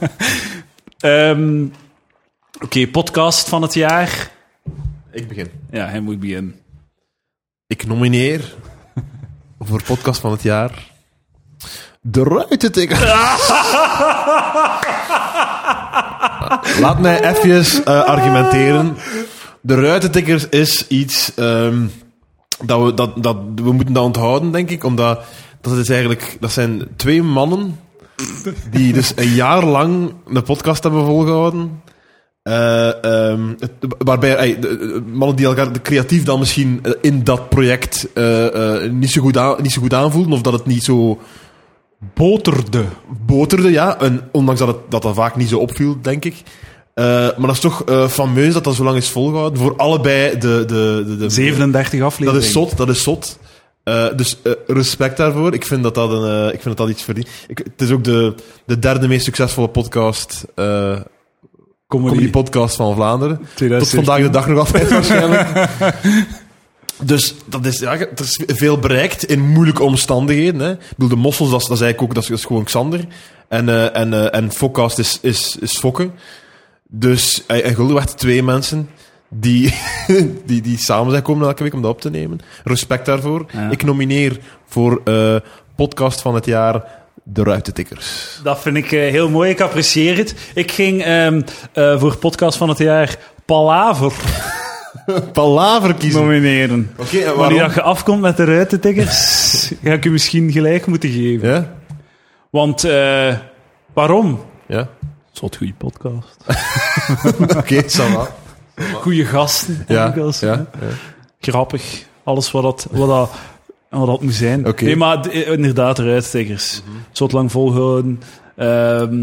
um, oké, okay, podcast van het jaar. Ik begin. Ja, hij moet beginnen. Ik nomineer voor podcast van het jaar De Ruitentikkers. Laat mij even uh, argumenteren. De Ruitentikkers is iets um, dat, we, dat, dat we moeten dat onthouden, denk ik, omdat dat is eigenlijk, dat zijn twee mannen die dus een jaar lang een podcast hebben volgehouden. Uh, um, het, waarbij ey, de, de mannen die elkaar de creatief dan misschien in dat project uh, uh, niet, zo goed aan, niet zo goed aanvoelden, of dat het niet zo boterde. Boterde, ja. En ondanks dat, het, dat dat vaak niet zo opviel, denk ik. Uh, maar dat is toch uh, fameus dat dat zo lang is volgehouden. Voor allebei de... de, de, de zevenendertig afleveringen. Dat is zot, dat is zot. Uh, dus uh, respect daarvoor. Ik vind dat dat, een, uh, ik vind dat, dat iets verdient. Ik, het is ook de, de derde meest succesvolle podcast... Uh, Comedy. Comedy podcast van Vlaanderen. Tot vandaag de dag nog altijd waarschijnlijk. Dus dat is, ja, er is veel bereikt in moeilijke omstandigheden. Hè. Ik bedoel, de Mossels, dat is, dat is eigenlijk ook dat is, dat is gewoon Xander. En, uh, en, uh, en Fokcast is, is, is Fokke. Dus uh, in Gulden werd twee mensen die, die, die samen zijn komen elke week om dat op te nemen. Respect daarvoor. Ja. Ik nomineer voor uh, podcast van het jaar... De Ruitentikkers. Dat vind ik uh, heel mooi, ik apprecieer het. Ik ging um, uh, voor podcast van het jaar Palaver. Palaver kiezen. nomineren. Oké, en Wanneer waarom? dat je afkomt met de ruitentikkers, ga ik je misschien gelijk moeten geven. Ja? Want, eh, waarom? Ja? Zot goede podcast. Oké, ça va. Goeie gasten. Ja, enkels, ja, hè. ja. Grappig. Alles wat dat, wat dat, wat dat moet zijn. Oké. Nee, maar d- inderdaad, ruitstickers. Mm-hmm. Zot lang volhouden. Ehm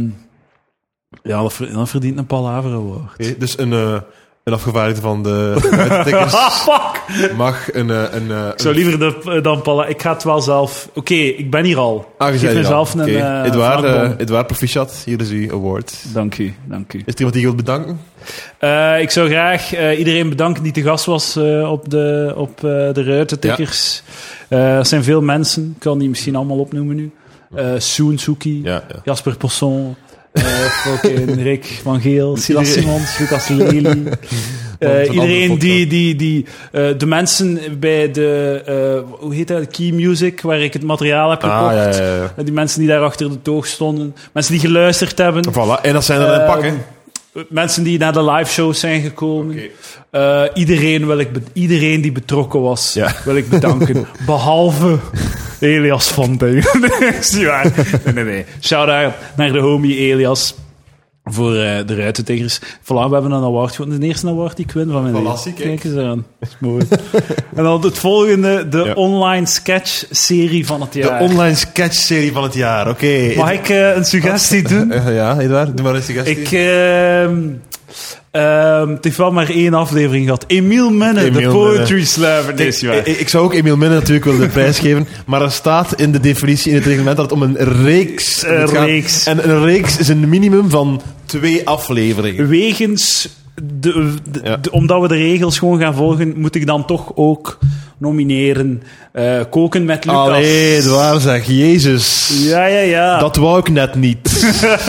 ja, dat, ver- dat verdient een Palaver Award. Oké, dus een, uh, een afgevaardigde van de ruitentikkers Fuck! mag een... Uh, een, uh, Ik zou liever de, dan Palaver... Ik ga het wel zelf... Oké, okay, ik ben hier al. Ah, je Geef zei het mezelf al. een... Oké. Uh, Edouard, uh, vlakbom. Edouard Proficiat, hier is uw award. Dank u, dank u. Is er iemand die je wilt bedanken? Uh, ik zou graag uh, iedereen bedanken die te gast was uh, op de, op, uh, de ruitentikkers. Ja. Uh, er zijn veel mensen, ik kan die misschien allemaal opnoemen nu. Uh, Soen Soekie, Ja, ja. Jasper Posson, uh, fucking Rick van Geel, Silas Iedereen. Simons, Lucas Lely. Uh, andere iedereen podcast. die, die, die uh, de mensen bij de, uh, hoe heet dat, Key Music, waar ik het materiaal heb gekocht. Ah, ja, ja, ja. Uh, die mensen die daar achter de toog stonden. Mensen die geluisterd hebben. Voilà, en dat zijn er een Uh, pak, hè? Mensen die naar de live shows zijn gekomen. Oké. Uh, iedereen, wil ik be- iedereen die betrokken was, Ja. wil ik bedanken. Behalve Elias van Dijk. Nee, is niet waar. Nee, nee, nee. Shout-out naar de homie Elias voor uh, de ruitentikkers. Voilà, we hebben een award gewonnen. De eerste award die ik win van mijn Voilà, leven. zie, kijk. Kijk eens aan. Dat is mooi. En dan het volgende, de Ja. online sketch-serie van het De jaar. online sketch-serie van het jaar, oké. Mag ik uh, een suggestie doen? Uh, ja, Edouard, doe maar een suggestie. Ik, ehm ehm het heeft wel maar één aflevering gehad. Emiel Minne, de Emiel Poetry Minne. Slammer. Nee, Ik, is niet waar. ik, ik zou ook Emiel Minne natuurlijk willen de prijs geven, maar er staat in de definitie, in het reglement, dat het om een reeks Een moet gaan. reeks. En een reeks is een minimum van twee afleveringen. Wegens, de, de- Ja. de- omdat we de regels gewoon gaan volgen, moet ik dan toch ook nomineren. eh, Koken met Lucas. Allee, waar zeg, Jezus. Ja, ja, ja. Dat wou ik net niet.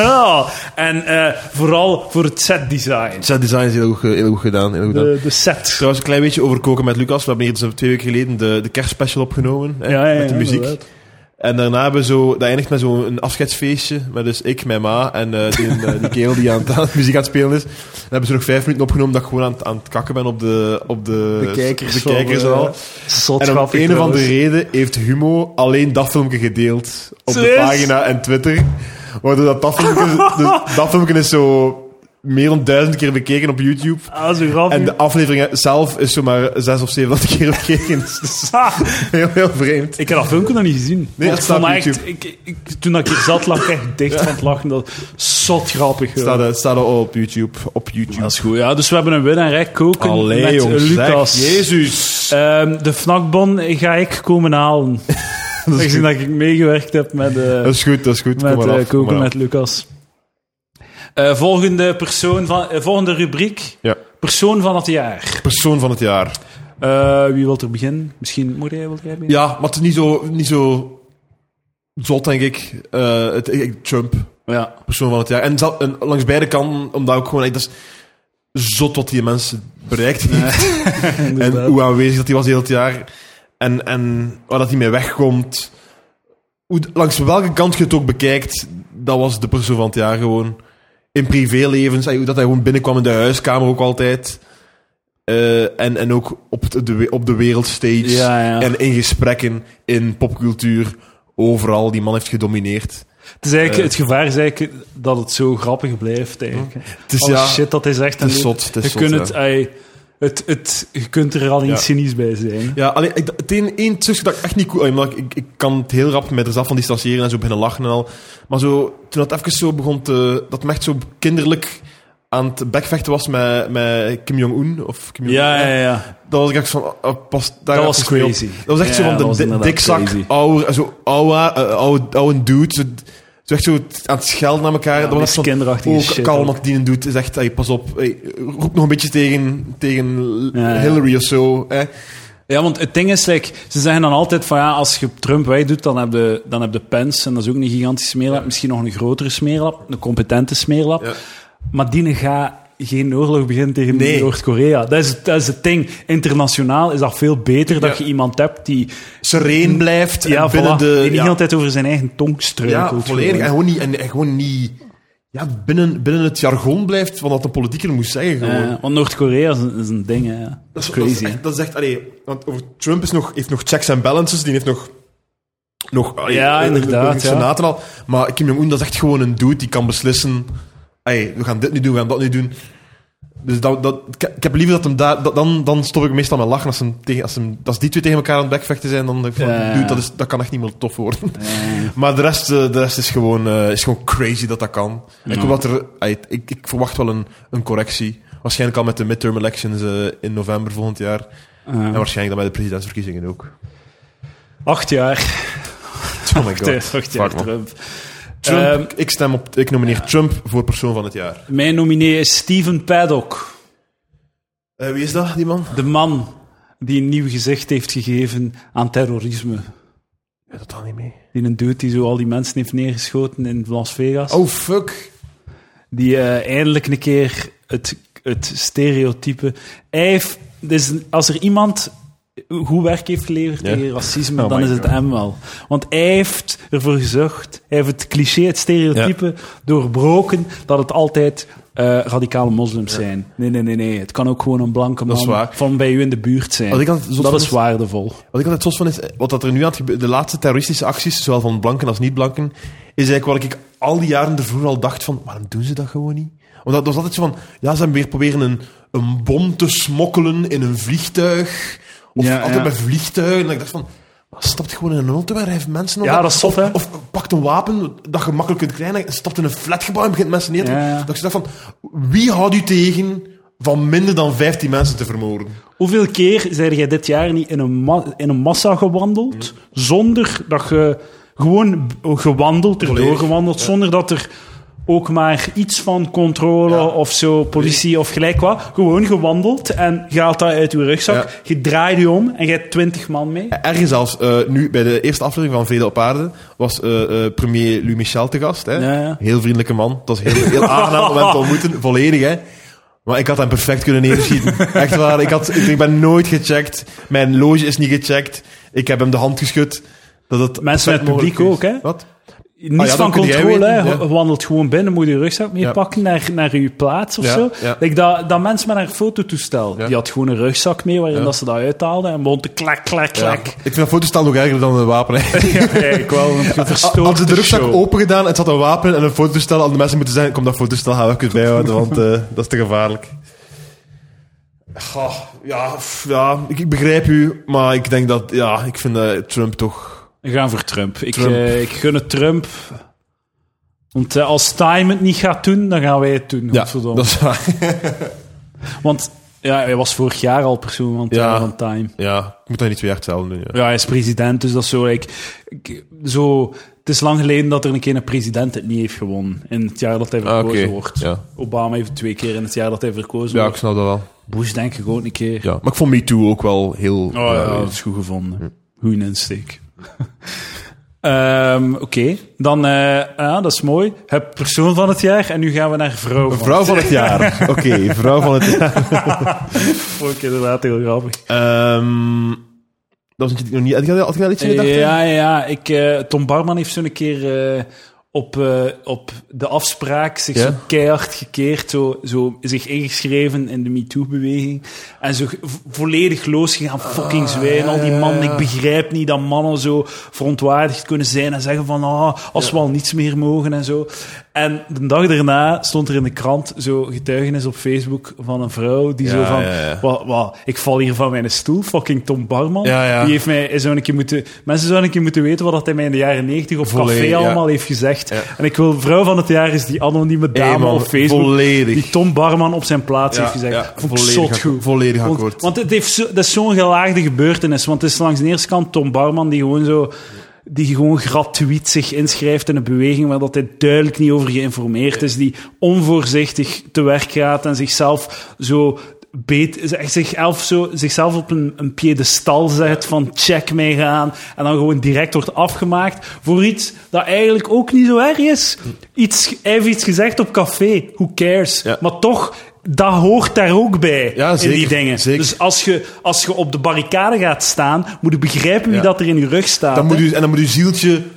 En eh, vooral voor het setdesign. Het design is heel goed, ge- heel goed gedaan. Heel goed gedaan. De, de set. Trouwens, een klein beetje over koken met Lucas. We hebben hier dus twee weken geleden de, de kerstspecial opgenomen. Hè, Ja, ja, met de ja, muziek. inderdaad. En daarna hebben we zo... Dat eindigt met zo'n afscheidsfeestje. Met dus ik, mijn ma en uh, die, uh, die kerel die aan het, aan het muziek aan het spelen is. Dan hebben ze nog vijf minuten opgenomen dat ik gewoon aan het, aan het kakken ben op de... Op de, De kijkers. de kijkers en al. Zot En om grappig een of andere trouwens. reden heeft Humo alleen dat filmpje gedeeld op de Serieus? pagina en Twitter. Waardoor dat, dat filmpje... dus dat filmpje is zo meer dan duizend keer bekeken op YouTube. Ah, zo grappig. En de aflevering zelf is zomaar zes of zevenhonderd keer bekeken. Dus dat is heel, heel vreemd. Ik heb dat filmpje nog niet gezien. Nee, Want dat ik vond staat op me echt, ik, ik, toen ik hier zat, lag ik echt dicht van het lachen. Dat zot grappig. Het staat, het staat al op YouTube. Op YouTube. Dat is goed, ja. Dus we hebben een winnaar, hè. Koken Allee, met jongens, Lucas. zeg. Jezus. Ehm, de fnakbon ga ik komen halen. Dat is Gezien goed. dat ik meegewerkt heb met, eh, Dat is goed, dat is goed. met Kom maar eh, af, kom Koken maar met Lucas. Eh, volgende persoon van, eh, volgende rubriek. Ja. Persoon van het jaar. af. Persoon van het jaar. Eh, wie wil er beginnen? Misschien moet jij, wil jij beginnen? Ja, maar het is niet zo, niet zo zot, denk ik. Eh, het, ik- Trump. Ja. Persoon van het jaar. En, zal- en langs beide kanten, omdat ook gewoon... Dat is zot wat die mensen bereikt heeft. En Inderdaad. hoe aanwezig dat hij was heel het jaar. En, en waar dat hij mee wegkomt. Hoe, langs welke kant je het ook bekijkt, dat was de persoon van het jaar gewoon. In privélevens, hoe dat hij gewoon binnenkwam in de huiskamer ook altijd. Eh, en, en ook op de, op de wereldstage. Ja, ja. En in gesprekken, in popcultuur. Overal, die man heeft gedomineerd. Het, is eigenlijk, Eh. het gevaar is eigenlijk dat het zo grappig blijft. Eigenlijk. Het is, Alle ja, shit dat hij zegt. het is en zot, het is je zot, kunt ja. het, ey, het, het, je kunt er al niet Ja. cynisch bij zijn. Ja, alleen, ik, het een, één stukje dat ik echt niet cool... Ik, ik, ik kan het heel rap met er zelf van distancieren en zo beginnen lachen en al. Maar zo, toen dat even zo begon te... Dat me echt zo kinderlijk aan het bekvechten was met, met Kim Jong-un. Of Kim Jong-un. Ja, ja, ja. Dat was ik echt van... oh, pas, daar Dat gaat was het mee op. crazy. Dat was echt Ja, zo dat van was de di- inderdaad dikzak, crazy. oude, zo oude, uh, oude, oude dude. Zo, zo echt zo aan het schelden naar elkaar. Ja, dat was echt die van... kinderachtige Oh, shit, kalm hoor. wat die doet. Is echt, hey, pas op. Hey, roep nog een beetje tegen, tegen Ja, ja. Hillary of zo. Hè. Ja, want het ding is, like, ze zeggen dan altijd van ja, als je Trump wegdoet, dan heb je, dan heb je Pence, en dat is ook een gigantische smeerlap, misschien nog een grotere smeerlap, een competente smeerlap. Ja. Maar die gaat geen oorlog beginnen tegen Nee. Noord-Korea. Dat is, dat is het ding. Internationaal is dat veel beter dat Ja. je iemand hebt die, Sereen blijft. ja, en binnen voilà, de... die niet ja. altijd over zijn eigen tong struikelt. Ja, volledig. En gewoon niet... En, en gewoon niet ja, binnen, binnen het jargon blijft van wat de politieker moest zeggen. Gewoon. Uh, want Noord-Korea is een, is een ding, hè. Dat is crazy. Dat is echt, dat is echt allee, want over Trump is nog, heeft nog checks en balances, die heeft nog... nog allee, ja, uh, inderdaad. Ja. Senaten al. Maar Kim Jong-un, dat is echt gewoon een dude die kan beslissen... Allee, we gaan dit niet doen, we gaan dat niet doen. Dus dat, dat, ik heb liever dat hem daar... Dat, dan, dan stop ik meestal met lachen als, hem tegen, als, hem, als die twee tegen elkaar aan het bekvechten zijn. Dan denk ik van, Ja. dude, dat, is, dat kan echt niet meer tof worden. Ja. Maar de rest, de rest is, gewoon, uh, is gewoon crazy dat dat kan. Ja. Ik, hoop dat er, allee, ik, ik verwacht wel een, een correctie. Waarschijnlijk al met de midterm elections uh, in november volgend jaar. Uh. En waarschijnlijk dan bij de presidentsverkiezingen ook. Acht jaar. Oh my god. Acht, acht jaar Fuck, Trump. Trump, Um, ik, stem op, ik nomineer Trump voor persoon van het jaar. Mijn nominee is Stephen Paddock. Uh, wie is dat, die man? De man die een nieuw gezicht heeft gegeven aan terrorisme. Ja, dat kan niet mee. Die een dude die zo al die mensen heeft neergeschoten in Las Vegas. Oh, fuck. Die uh, eindelijk een keer het, het stereotype... Hij heeft, dus als er iemand goed werk heeft geleverd Ja. tegen racisme, Oh dan my is het God. hem wel. Want hij heeft ervoor gezorgd, hij heeft het cliché, het stereotype doorbroken dat het altijd uh, radicale moslims zijn. Nee, nee, nee, nee. Het kan ook gewoon een blanke Dat is man waar. van bij u in de buurt zijn. Wat ik altijd zot Dat van is is- waardevol. Wat ik altijd zot van is, wat dat er nu aan het gebeuren, de laatste terroristische acties, zowel van blanken als niet-blanken, is eigenlijk wat ik al die jaren ervoor al dacht van, waarom doen ze dat gewoon niet? Want dat was altijd zo van, ja, ze hebben weer proberen een, een bom te smokkelen in een vliegtuig. Of Ja, altijd ja. met vliegtuigen. En ik dacht van, maar stapt gewoon in een auto waar hij heeft mensen op. Ja, dat is zot, of, hè? of pakt een wapen dat je makkelijk kunt krijgen en stapt in een flatgebouw en begint mensen neer te... Ja, ja. Dat ik dacht van, wie houdt u tegen van minder dan vijftien mensen te vermoorden? Hoeveel keer zijn jij dit jaar niet in een, ma- in een massa gewandeld, zonder dat je gewoon gewandeld, erdoor Volledig. gewandeld, zonder dat er ook maar iets van controle Ja. of zo, politie of gelijk wat. Gewoon gewandeld en je haalt dat uit je rugzak, Ja. je draait je om en je hebt twintig man mee. Ergens zelfs, uh, nu bij de eerste aflevering van Vrede op Aarde, was uh, uh, premier Louis Michel te gast. Hè? Ja, ja. Heel vriendelijke man. Dat was heel, heel aangenaam om hem te ontmoeten. Volledig, hè. Maar ik had hem perfect kunnen neerschieten. Echt waar. Ik, had, ik, ik ben nooit gecheckt. Mijn loge is niet gecheckt. Ik heb hem de hand geschud. Dat het Mensen uit het perfect publiek mogelijk ook, is. hè? Wat? Niets Ah, ja, van dan kun jij controle, weten, hè. ja. Je wandelt gewoon binnen, moet je rugzak meepakken naar, naar je plaats of Ja, zo. ja. Like dat, dat mensen met een fototoestel, Ja. die had gewoon een rugzak mee waarin Ja. dat ze dat uithaalden en begon te klak, klak, Ja. klak. Ik vind dat fotostel nog erger dan een wapen. Hè. Ja, ik wel een verstoorde Als ze de rugzak show. open gedaan en het zat een wapen en een fotostel, al de mensen moeten zeggen, kom dat fotostel, gaan we even bijhouden, want uh, dat is te gevaarlijk. Goh, ja, pff, ja ik, ik begrijp u, maar ik denk dat, ja, ik vind uh, Trump toch... We gaan voor Trump. Ik, Trump. eh, ik gun het Trump. Want eh, als Time het niet gaat doen, dan gaan wij het doen. Ja, godverdomme. dat is waar. Want ja, hij was vorig jaar al persoon van, Ja. van Time. Ja, ik moet dat niet twee jaar hetzelfde doen, ja. Ja, hij is president, dus dat is zo... Like, ik- zo het is lang geleden dat er een keer een president het niet heeft gewonnen. In het jaar dat hij Ah, verkozen oké. wordt. Ja. Obama heeft het twee keer in het jaar dat hij verkozen Ja, ik wordt. snap dat wel. Bush denk ik ook een keer. Ja, maar ik vond Me Too ook wel heel... Oh ja, dat is goed gevonden. Goeie insteek. Ehm, Oké, dan... eh, ja, dat is mooi. Heb persoon van het jaar en nu gaan we naar vrouw van Vrouw van het jaar. Oké, vrouw van het jaar. Vond ik inderdaad heel grappig. Ehm dat was natuurlijk nog niet... Had je, had je al iets in gedachten? Ja, ja. Ik, eh, Tom Barman heeft zo'n keer eh, op, eh, op de afspraak zich Ja? zo keihard gekeerd, zo, zo zich ingeschreven in de MeToo-beweging. En zo vo- volledig losgegaan, fucking zwijgen. Al die ja, mannen, ja. ik begrijp niet dat mannen zo verontwaardigd kunnen zijn en zeggen van, ah, als we al niets meer mogen en zo. En de dag daarna stond er in de krant zo getuigenis op Facebook van een vrouw die Ja, zo van, ja, ja. Wat, wat, ik val hier van mijn stoel, fucking Tom Barman. Ja, ja. Die heeft mij zo een keer moeten... Mensen zouden een keer moeten weten wat dat hij mij in de jaren negentig op Volledig, café ja. allemaal heeft gezegd. Ja. En ik wil vrouw van het jaar is die anonieme dame Hey, man, op Facebook volledig. die Tom Barman op zijn plaats Ja, heeft gezegd. ja, Vond ik volledig zot ak- goed. volledig Want, akkoord. want het heeft zo, dat is zo'n gelaagde gebeurtenis. Want het is langs de eerste kant Tom Barman die gewoon zo... die gewoon gratuit zich inschrijft in een beweging waar dat hij duidelijk niet over geïnformeerd is, die onvoorzichtig te werk gaat en zichzelf zo beet, zichzelf, zo, zichzelf op een, een piedestal zet van check mij gaan en dan gewoon direct wordt afgemaakt voor iets dat eigenlijk ook niet zo erg is. Iets, hij heeft iets gezegd op café, who cares? Ja. Maar toch... Dat hoort daar ook bij, Ja, in zeker, die dingen. zeker. Dus als je, als je op de barricade gaat staan, moet je begrijpen wie Ja. dat er in je rug staat. Dan hè. moet u, en dan moet uw zieltje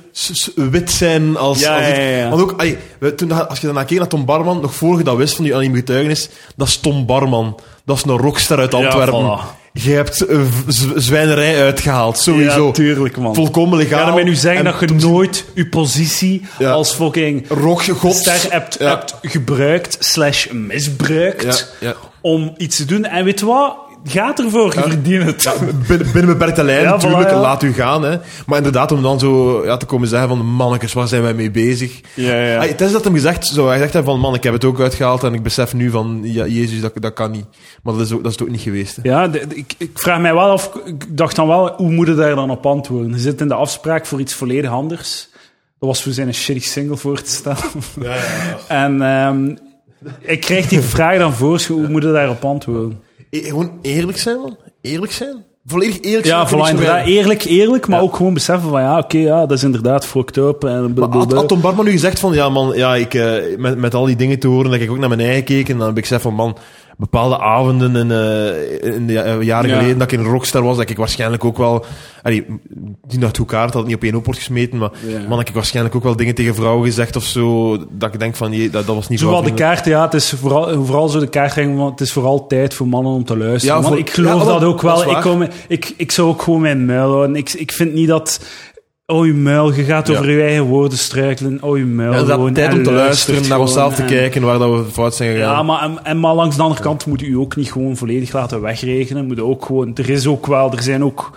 s- s- wit zijn als... Ja, als ja, iets. ja, ja. Want ook, allee, we- toen, als je daarna keek naar Tom Barman, nog voor je dat wist van die anonieme getuigenis, dat is Tom Barman. Dat is een rockster uit Antwerpen. Ja, voilà. Je hebt uh, z- zwijnerij uitgehaald, sowieso. Ja, tuurlijk, man. Volkomen legaal. Ga dan mij nu zeggen En dat je toen- nooit je positie Ja. als fucking Rock, gods. ster hebt, Ja. hebt gebruikt slash misbruikt Ja, ja. om iets te doen. En weet je wat? Ga ervoor, je verdient het. Ja, binnen, binnen beperkte lijnen, Ja, natuurlijk, voilà, ja. laat u gaan. Hè. Maar inderdaad, om dan zo ja, te komen zeggen van, mannekes, waar zijn wij mee bezig? Ja, ja. Ay, het is dat hem gezegd, zo, hij zegt van, man, ik heb het ook uitgehaald en ik besef nu van, ja, Jezus, dat, dat kan niet. Maar dat is, ook, dat is het ook niet geweest. Hè. Ja, de- de- ik, ik vraag mij wel af, ik dacht dan wel, hoe moet je daar dan op antwoorden? Je zit in de afspraak voor iets volledig anders. Dat was voor zijn shitty single voor te stellen. Ja, ja, ja. En ehm, ik krijg die vraag dan voor, hoe moet je daarop antwoorden? E- gewoon eerlijk zijn, man. Eerlijk zijn. Volledig eerlijk zijn. Ja, vind ik voilà, zo inderdaad. weinig. Eerlijk, eerlijk, maar Ja. ook gewoon beseffen van, ja, oké, ja, dat is inderdaad fucked up. En Maar blablabla. had, had Tom Barman nu gezegd van, ja man, ja, ik, eh, met, met al die dingen te horen, dat ik ook naar mijn eigen keek en dan heb ik gezegd van, man, bepaalde avonden in, eh, in de ja- jaren Ja. geleden dat ik een rockstar was, dat ik waarschijnlijk ook wel, allee, die naar toe kaart dat het niet op één hoop wordt gesmeten, maar Ja. man, heb ik waarschijnlijk ook wel dingen tegen vrouwen gezegd of zo, dat ik denk van, je, dat, dat was niet Zo wel de vriendelijk. kaart, ja, het is vooral, vooral zo de kaart krijgen, want het is vooral tijd voor mannen om te luisteren. Ja, Want voor- ik geloof ja, dat dat- ook dat is wel. Ik, waar. kom, ik, ik zou ook gewoon mijn muil houden. Ik, ik vind niet dat... Oh, je muil, je gaat Ja. over je eigen woorden struikelen. Oh, je muil. Ja, inderdaad, gewoon, tijd en om te luisteren, luistert naar onszelf te gewoon, en- kijken, waar dat we fout zijn gegaan. Ja, maar, en, en, maar langs de andere kant moet je ook niet gewoon volledig laten wegrekenen. Moet je ook gewoon... Er is ook wel... Er zijn ook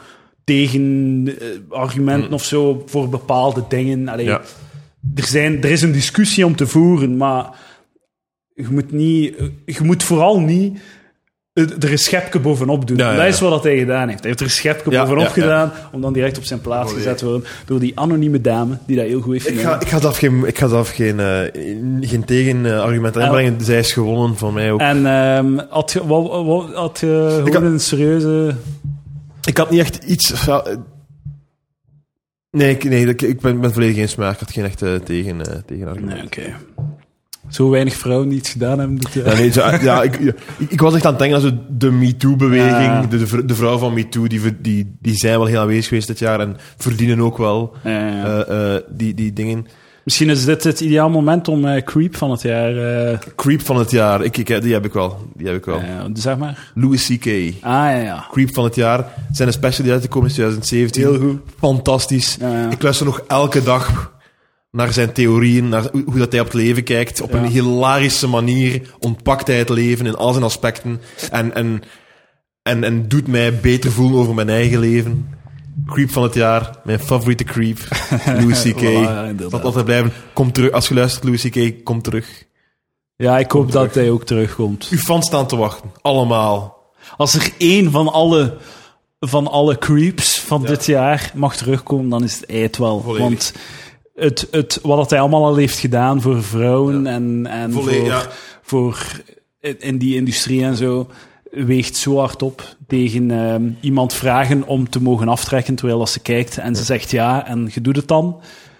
tegenargumenten Mm. of zo voor bepaalde dingen. Allee, Ja. er, zijn, er is een discussie om te voeren, maar je moet, niet, je moet vooral niet er een schepje bovenop doen. Ja, ja, Dat is ja. wat hij gedaan heeft. Hij heeft er een schepje Ja, bovenop ja, ja. gedaan, om dan direct op zijn plaats Oh, gezet te worden door die anonieme dame, die dat heel goed heeft Ik gedaan. ga, ik ga zelf geen, ik ga zelf geen, eh, geen tegenargument aanbrengen. Zij is gewonnen van mij ook. En ehm, had je, wat, wat, had je Ik gewoon had- een serieuze... Ik had niet echt iets... Ja, eh, nee, ik, nee ik, ik ben, ben volledig eens, maar ik had geen echte tegen, uh, tegenargument. Nee, oké. Zo weinig vrouwen die iets gedaan hebben dit jaar. Ja, nee, zo, ja, ik, ik, ik was echt aan het denken aan zo de MeToo-beweging, Ja. de, de, vr- de vrouw van MeToo, die, ver- die, die zijn wel heel aanwezig geweest dit jaar en verdienen ook wel Ja, ja, ja. eh, eh, die, die dingen. Misschien is dit het ideaal moment om eh, Creep van het jaar... eh Creep van het jaar, ik, ik, die heb ik wel. Die heb ik wel. eh, zeg maar. Louis C K. Ah, ja, ja. Creep van het jaar. Zijn een special die uitgekomen is in twintig zeventien. Heel goed. Fantastisch. Ja, ja. Ik luister nog elke dag naar zijn theorieën, naar hoe hoe dat hij op het leven kijkt. Op Ja. een hilarische manier ontpakt hij het leven in al zijn aspecten. En, en, en, en doet mij beter voelen over mijn eigen leven. Creep van het jaar. Mijn favoriete creep. Louis C K. Voilà, ja, inderdaad. Dat altijd blijven. Kom terug. Als je luistert, Louis C K, kom terug. Ja, ik hoop terug. dat hij ook terugkomt. Uw fans staan te wachten. Allemaal. Als er één van alle, van alle creeps van Ja. dit jaar mag terugkomen, dan is het hij het wel. Volledig. Want het, het, wat dat hij allemaal al heeft gedaan voor vrouwen Ja. en, en Volledig, voor, ja. voor in in die industrie en zo, weegt zo hard op tegen ehm, iemand vragen om te mogen aftrekken terwijl dat ze kijkt en ze zegt ja en je doet het dan.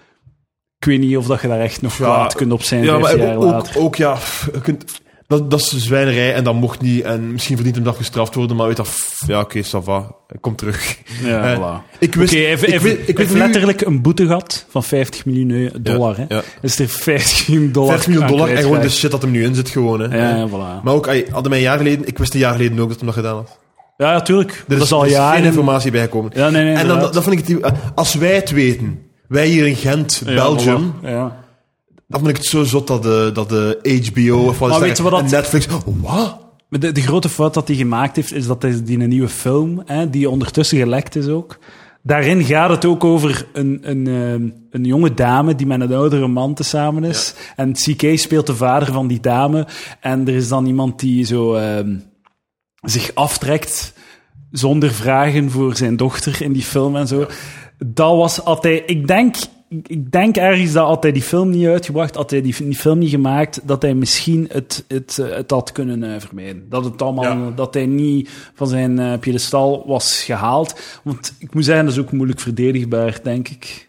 Ik weet niet of dat je daar echt nog Ja, kwaad kunt op zijn Ja, vijf maar jaar ook, later. ook ja, je kunt, dat, dat is zwijnerij en dat mocht niet. En misschien verdient hem dat gestraft worden, maar weet dat, pff, ja, oké, ça va. Kom terug. Ja, Eh, voilà. Ik wist, Oké, hij heeft- ik hij weet, heeft- ik hij weet heeft nu- letterlijk een boete gehad van vijftig miljoen dollar. Ja, hè? ja. Is er vijftig miljoen dollar vijftig miljoen dollar en aan gewoon de kwijtgeraakt. shit dat hem nu in zit, gewoon. Hè. Ja, ja, voilà. Maar ook, ay, hadden mij een jaar geleden, ik wist een jaar geleden ook dat hij dat gedaan had. Ja, natuurlijk. Er Dat is, is al er is jaren. geen informatie bijgekomen. Ja, nee, nee, en dan, inderdaad. dat vind ik het, als wij het weten, wij hier in Gent, Ja, Belgium, voilà. Ja. dan vind ik het zo zot dat de, dat de H B O of wat is Maar dat, weet je wat dat- en Netflix, wat? Maar de, de grote fout dat hij gemaakt heeft, is dat hij die een nieuwe film, hè, die ondertussen gelekt is ook, daarin gaat het ook over een, een, ehm, een jonge dame die met een oudere man tezamen is. En C K speelt de vader van die dame. En er is dan iemand die zo ehm, zich aftrekt zonder vragen voor zijn dochter in die film en zo. Dat was altijd... Ik denk... Ik denk ergens dat had hij die film niet uitgebracht, had hij die, die film niet gemaakt, dat hij misschien het, het, eh, het had kunnen uh, vermijden. Dat, het allemaal, Ja. dat hij niet van zijn uh, piedestal was gehaald. Want ik moet zeggen, dat is ook moeilijk verdedigbaar, denk ik.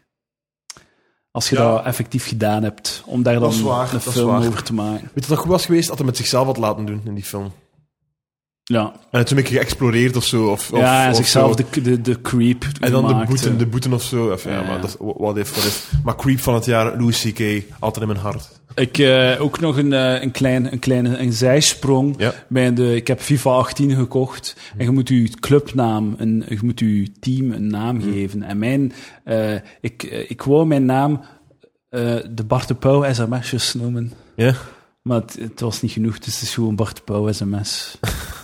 Als je Ja. dat effectief gedaan hebt, om daar Dat dan is waar, een dat is film waar. over te maken. Weet je wat goed was geweest? Dat hij met zichzelf had laten doen in die film. Ja. En het is een beetje geëxploreerd of zo. Of, of, Ja, en of zichzelf zo. de, de, de creep En dan gemaakt, de boeten, hè. de boeten of zo. Of, ja, Ja, maar ja. dat is, wat if, wat if. Maar creep van het jaar, Louis C K, altijd in mijn hart. Ik uh, ook nog een, uh, een, klein, een kleine een zijsprong. Ja. Bij de, ik heb FIFA achttien gekocht. En je moet je clubnaam, een, je moet je team een naam Hmm. geven. En mijn, uh, ik, uh, ik wou mijn naam uh, de Bart de Pauw S M S'jes noemen. Ja? Maar het, het was niet genoeg, dus het is gewoon Bart de Pauw S M S.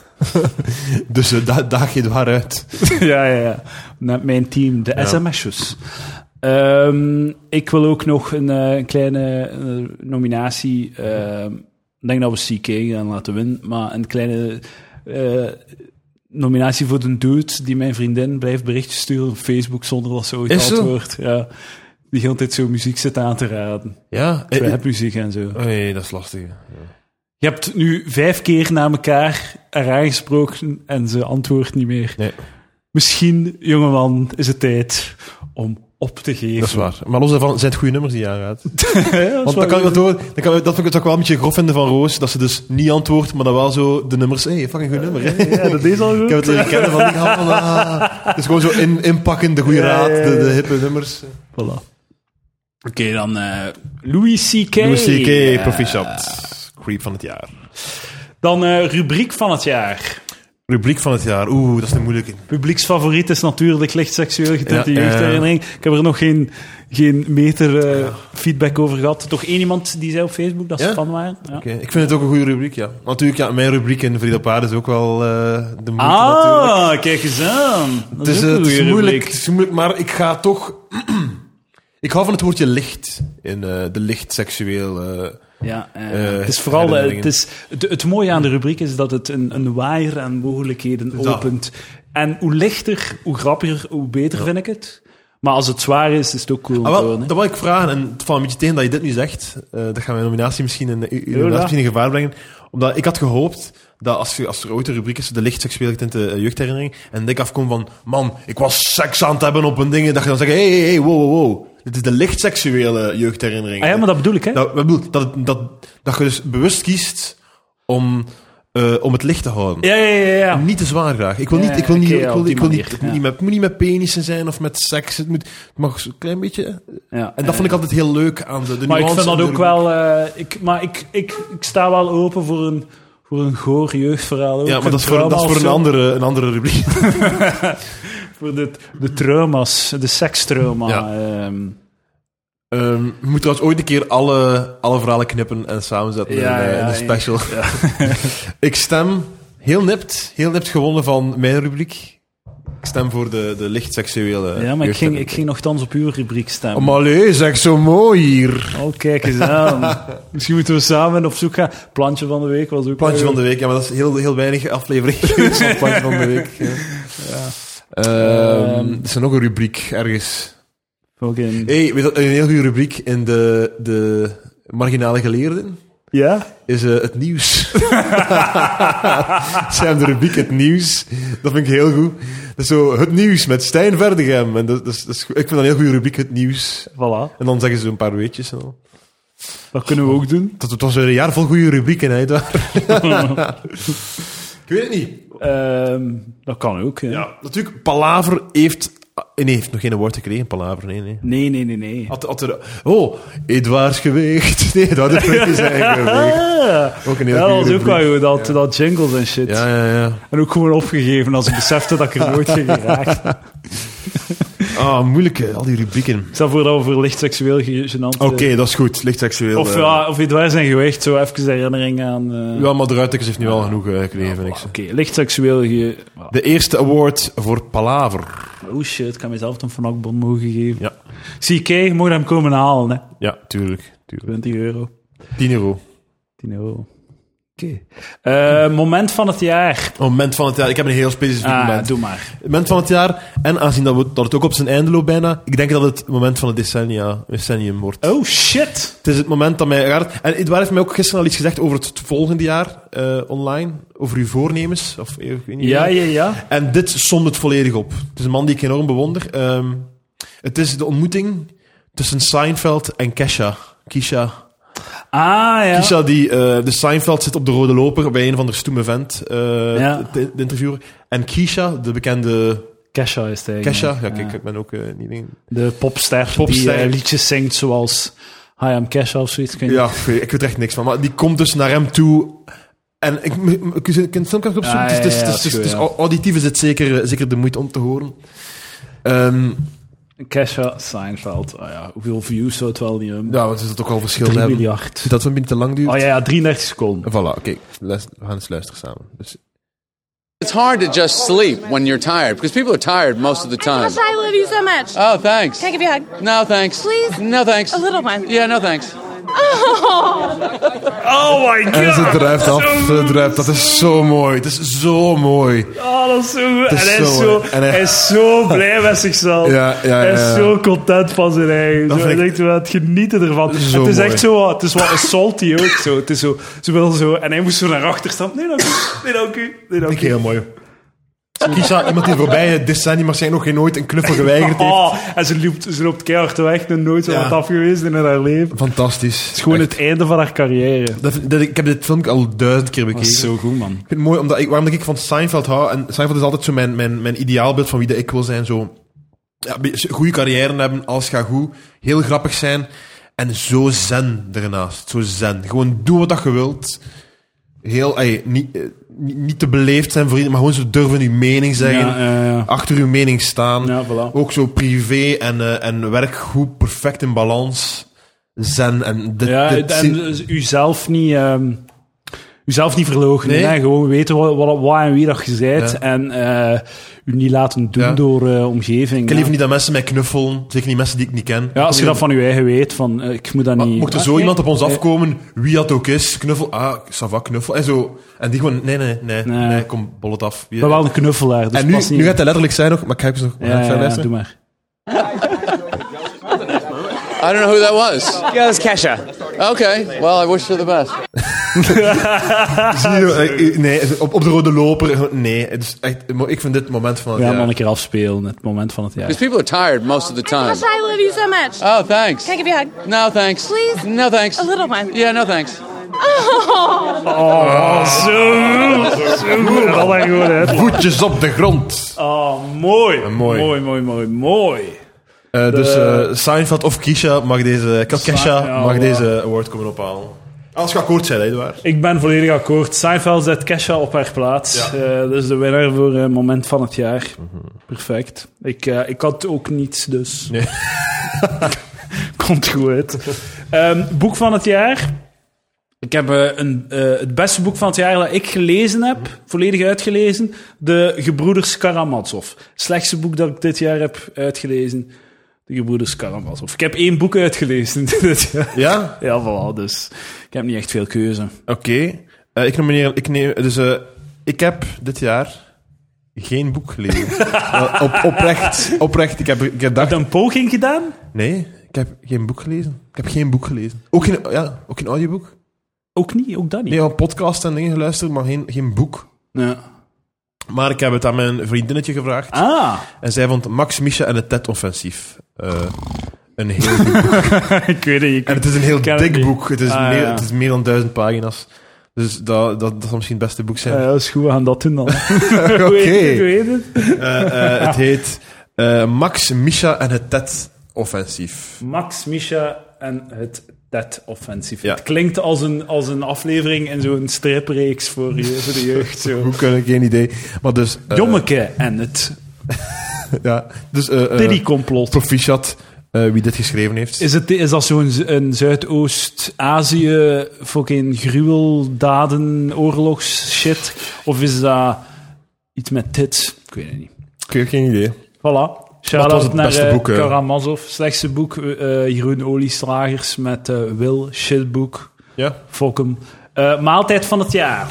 Dus uh, da daag je het waar uit. ja, ja, ja. Met mijn team, de Ja. S M S'jes. Um, ik wil ook nog een, uh, een kleine uh, nominatie. Uh, ik denk dat we C K gaan laten winnen. Maar een kleine uh, nominatie voor de dude die mijn vriendin blijft berichtjes sturen op Facebook zonder dat ze ooit Is zo? antwoordt. Ja. Die heel tijd zo muziek zit aan te raden. Ja? Zo rapmuziek en zo. Oh nee, dat is lastig. Ja. Je hebt nu vijf keer na elkaar haar aangesproken en ze antwoordt niet meer. Nee. Misschien, jongeman, is het tijd om op te geven. Dat is waar. Maar los daarvan zijn het goede nummers die je aangaat. Ja, Want dan kan ik dat, horen, dan kan, dat vind ik het ook wel een beetje grof vinden van Roos, dat ze dus niet antwoordt, maar dan wel zo de nummers. Hé, hey, fucking goed nummer. Hè? Ja, dat is al goed. Ik heb het leren kennen van die hand. Ah. Het is gewoon zo in, inpakken, de goede Ja, raad, ja, ja. de, de hippe nummers. Voilà. Oké, okay, dan uh, Louis C K. Louis C K, Uh, proficiat. Creep van het jaar. Dan uh, rubriek van het jaar. Rubriek van het jaar. Oeh, dat is de moeilijke. Publieksfavoriet is natuurlijk licht seksueel getinte Ja, jeugdherinnering. Ik heb er nog geen, geen meter uh, feedback over gehad. Toch één iemand die zei op Facebook dat ze Ja? fan waren. Ja. Okay. Ik vind het ook een goede rubriek, ja. Natuurlijk, ja, mijn rubriek in Vrede op Aarde is ook wel uh, de moeite natuurlijk. Ah, kijk eens aan. Dat Het is, ook uh, een het, is goede moeilijk, rubriek. het is moeilijk, maar ik ga toch... ik hou van het woordje licht in uh, de licht seksueel... Uh, Ja, uh, Uh, het is vooral uh, herinneringen. het, is, het, het mooie aan de rubriek is dat het een, een waaier aan mogelijkheden Dat. opent. En hoe lichter, hoe grappiger, hoe beter Ja. vind ik het. Maar als het zwaar is, is het ook cool om Ah, te wel, horen, hè. dat wil ik vragen, en het valt een beetje tegen dat je dit nu zegt. Uh, dat gaat mijn nominatie misschien in, uw Ja. nominatie misschien in gevaar brengen. Omdat ik had gehoopt dat als, je, als er ooit een rubriek is, de licht seksueel getinte uh, jeugdherinnering, en ik afkom van, man, ik was seks aan het hebben op een ding, dat je dan zegt, hey, hey, hey, wow, wow, wow. Dit is de licht seksuele jeugdherinnering. Ah ja, maar dat bedoel ik, hè. Dat, ik bedoel, dat, het- dat, dat je dus bewust kiest om, uh, om het licht te houden. Ja, ja, ja. ja. Niet te zwaar graag. Ik wil Ja, niet, ik wil niet, oké, ik ja, wil, op die ik wil niet, manier, het moet, ja. niet met, het moet niet met penissen zijn of met seks. Het, moet, het mag zo'n klein beetje. ja En dat vond ik altijd heel leuk aan de, de Maar ik nuance vind dat en de ook rubriek. wel... Uh, ik, maar ik, ik, ik sta wel open voor een, voor een goor jeugdverhaal. Ook. Ja, maar dat is voor, Trauma dat is voor of een zo. andere, een andere rubriek. Voor de, de trauma's, de sekstrauma. Ja. ehm. Um, we moeten trouwens ooit een keer alle, alle verhalen knippen en samenzetten Ja, in, uh, ja, in een ja. special. Ik stem heel nipt, heel nipt gewonnen van mijn rubriek. Ik stem voor de, de licht seksuele Ja, maar ik ging, ik jeugdherinnering. ging nogthans op uw rubriek stemmen. Oh, maar allee, zeg zo mooi hier. Oh, kijk eens aan. Misschien moeten we samen op zoek gaan. Plantje van de week was ook... Plantje van de week, ja, maar dat is heel, heel weinig afleveringen geweest van Plantje van de week. Ja. Ja. Ehm, Ehm. er is nog een rubriek ergens. Fucking... Hey, weet je, een heel goede rubriek in de, de marginale geleerden Ja? is uh, het nieuws. Ze hebben de rubriek het nieuws. Dat vind ik heel goed. Dat is zo het nieuws met Stijn Verdegem. En dat, dat is, dat is, ik vind dat een heel goede rubriek, het nieuws. Voilà. En dan zeggen ze een paar weetjes. En al. Dat kunnen we ook doen. Dat het was weer een jaar vol goede rubrieken, hè, daar. Ik weet het niet. Ehm, dat kan ook, hè. Ja, natuurlijk, Palaver heeft... Nee, heeft nog geen woord gekregen, Palaver. Nee, nee. Nee, nee, nee, nee. Had, had er, oh, Edouard's gewicht. Nee, dat had ik niet zijn gewicht. Ah, Ook een heel ja, dat goede was ook rubriek. wel goed, dat, dat jingles en shit. Ja, ja, ja. En ook gewoon opgegeven als ik besefte dat ik er nooit ging geraakt. Ah, moeilijk, hè, al die rubrieken. Stel voor dat we voor licht seksueel gênant... Oké, okay, dat is goed. Licht seksueel. Of, uh, ja, of Edouard zijn gewicht, zo even de herinnering aan... Uh... ja, maar de Ruitekers heeft nu al genoeg uh, gekregen, vind ik. Oké, okay, licht seksueel... Ge... De eerste award voor Palaver. Oh shit, ik kan mezelf een vanakbon mogen geven. Ja. C K, je mag hem komen halen, hè. Ja, tuurlijk. tuurlijk. twintig euro. tien euro. tien euro. Oké. Okay. Uh, moment van het jaar. Moment van het jaar. Ik heb een heel specifiek ah, moment. doe maar. Moment van het jaar. En aangezien dat, we, dat het ook op zijn einde loopt bijna, ik denk dat het het moment van het decennia, decennium wordt. Oh shit! Het is het moment dat mij gaat. En Edouard heeft mij ook gisteren al iets gezegd over het volgende jaar uh, online. Over uw voornemens. Of, ik weet niet ja, meer. ja, ja. En dit somt het volledig op. Het is een man die ik enorm bewonder. Um, het is de ontmoeting tussen Seinfeld en Kesha. Kisha. Ah, ja. Keisha, die uh, de Seinfeld zit op de rode loper bij een van de stoeme vent, uh, Ja. de, de interviewer. En Keisha, de bekende... Kesha is het eigenlijk. Kesha, ja, Ja. kijk, ik ben ook uh, niet... De popster, Popster. die uh, liedjes zingt zoals Hi, I'm Kesha of zoiets. Ik weet Ja, ik weet, ik weet er echt niks van. Maar die komt dus naar hem toe... En ik, ik, ik, ik kan het filmpje opzoeken. Ja, ja, Het is- ja, het is- dat is het is- goed, het is- Auditief is het zeker, zeker de moeite om te horen. Um, Kesha, Seinfeld. Oh ja, hoeveel views zou het wel niet hebben? ja, wat is dat ook al verschil drie hebben? miljard. Dat het een beetje te lang duurt. Oh ja, ja, drieëndertig seconden. Voilà, oké. Les- We gaan eens luisteren samen. Dus, It's hard to just sleep when you're tired because people are tired most of the time. Gosh, I love you so much. Oh, thanks. Can I give you a hug? No, thanks. Please? No, thanks. A little one. Yeah, no, thanks. Oh my god! en ze drijft af, ze drijft. Dat is zo mooi. Het is zo mooi. Oh, dat is zo goed. En is hij is, zo zo, mooi. En hij- hij is zo blij met zichzelf. Ja, ja, ja, Hij is ja. zo content van zijn eigen. Dat Zo, vind hij ik- denkt wel het genieten ervan. is En zo het is mooi. echt zo wat, het is wat een salty ook zo. Het is zo, ze wil zo, en hij moest zo naar achter staan. Nee, dank u. Nee, dank u. Nee, dank Ik u. heel mooi. Keisha, iemand die voorbij decennia waarschijnlijk nog geen nooit een knuffel geweigerd heeft. Oh, en ze loopt, ze loopt keihard weg en nooit zo Ja. wat af geweest in haar leven. Fantastisch. Het is gewoon het einde van haar carrière. Dat, dat, ik heb dit filmpje al duizend keer Dat bekeken. is zo goed, man. Ik vind het mooi, omdat ik, waarom ik van Seinfeld hou. En Seinfeld is altijd zo mijn, mijn, mijn ideaalbeeld van wie dat ik wil zijn. Zo, ja, een goede carrière hebben, alles gaat goed. Heel grappig zijn. En zo zen ernaast. Zo zen. Gewoon doe wat dat je wilt. Heel, ey, niet, eh, niet, niet te beleefd zijn voor iedereen, maar gewoon zo durven je mening zeggen. Ja, ja, ja. Achter je mening staan. Ja, voilà. Ook zo privé en, uh, en werk goed, perfect in balans. Zen. En dit, Ja, dit en dus uzelf niet, um, uzelf niet verloochenen. Nee. Hè? Gewoon weten wat, wat, wat en wie dat je bent. Ja. En uh, u niet laten doen Ja. door uh, omgeving. Ik ja. liever niet dat mensen mij knuffelen. Zeker niet mensen die ik niet ken. Ja, als je dat van je eigen weet, van uh, ik moet dat Maar niet... mocht er Ah, zo nee. iemand op ons afkomen, wie dat ook is, knuffel, ah, ça va, knuffel, en zo. En die gewoon, nee, nee, nee, nee, Nee. kom, bol het af. Ik ben wel een knuffelaar, dus en nu, pas niet. nu gaat hij letterlijk zijn nog, maar ik ga even nog Ja, even ja, ja, luisteren. doe maar. I don't know who that was. Yeah, that's Kesha. Okay, well, I wish her the best. Zie je, eh, nee, op, op de rode loper, nee. Het is echt, ik vind dit het moment van het We gaan jaar. nog een keer afspelen, het moment van het jaar. Because people are tired most of the time. Gosh, I love you so much. Oh, thanks. Can I give you a hug? No, thanks. Please? No, thanks. A little one. Yeah, no, thanks. Oh, zo goed. Zo goed. En dan gewoon uit. Voetjes op de grond. Oh, mooi. mooi. Mooi, mooi, mooi, mooi. Uh, dus uh, Seinfeld of Keisha mag deze, Kesha ja, mag voilà. deze award komen ophalen. Als je akkoord zijn, Eduard. Ik ben volledig akkoord. Seinfeld zet Kesha op haar plaats. Ja. Uh, dat is de winnaar voor het moment van het jaar. Perfect. Ik, uh, ik had ook niets, dus... Nee. Komt goed uit. Um, boek van het jaar. Ik heb uh, een, uh, het beste boek van het jaar dat ik gelezen heb, volledig uitgelezen. De Gebroeders Karamazov. Slechtste boek dat ik dit jaar heb uitgelezen. De Gebroeders Karamazov. Ik heb één boek uitgelezen dit jaar. Ja? Ja, voilà. Dus ik heb niet echt veel keuze. Oké. Okay. Uh, ik nomineer... Ik, neem, dus, uh, ik heb dit jaar geen boek gelezen. uh, op, oprecht. Oprecht. Ik heb, ik heb dacht... Heb je een poging gedaan? Nee, ik heb geen boek gelezen. Ik heb geen boek gelezen. Ook geen, ja, ook geen audioboek. Ook niet, ook dat niet. Nee, al podcast en dingen geluisterd, maar geen, geen boek. Ja. Maar ik heb het aan mijn vriendinnetje gevraagd. Ah. En zij vond Max, Misha en het Ted-offensief uh, een heel goed boek. Ik weet het. Je En het is een heel ken het dik niet. boek. Het is, Ah, meer, ja. het is meer dan duizend pagina's. Dus dat, dat, dat zal misschien het beste boek zijn. Ja, dat is goed, we gaan dat doen dan. Oké. Hoe heet het? Hoe heet het? Uh, uh, het heet uh, Max, Misha en het Ted-offensief. Max, Misha en het Ted-offensief. Ja. Het klinkt als een, als een aflevering in zo'n stripreeks voor, je, voor de jeugd. Zo. Hoe kan ik? Geen idee. Maar dus... Uh, Jommeke en het ja, dus... Uh, uh, Diddy-complot. Proficiat, uh, wie dit geschreven heeft. Is, het, is dat zo'n een Zuidoost-Azië fucking gruweldaden, oorlogsshit? Of is dat iets met tits? Ik weet het niet. Ik heb geen idee. Voilà. Wat was Shout-out het naar beste uh, boek, uh? Karamazov. Slechtste boek, uh, Jeroen Olieslagers met uh, Will. Shitboek. Ja? Fuck hem. Uh, maaltijd van het jaar.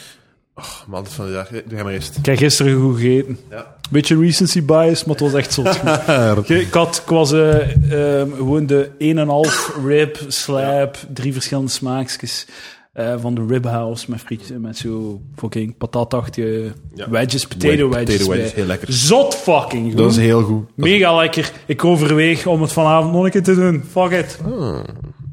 Man, dat is van de dag. Doe jij maar eerst. Ik heb gisteren goed gegeten. Ja. Beetje recency bias, maar het was echt zot goed. ik, had, ik was uh, um, gewoon de een en half rib, slab, drie verschillende smaakjes uh, van de Rib House met frietjes, met zo fucking patatachtige Ja. wedges, potato wedges. Potato wedges, bij. heel lekker. Zot fucking goed. Dat is heel goed. Dat is- Mega lekker. Ik overweeg om het vanavond nog een keer te doen. Fuck it. Ah,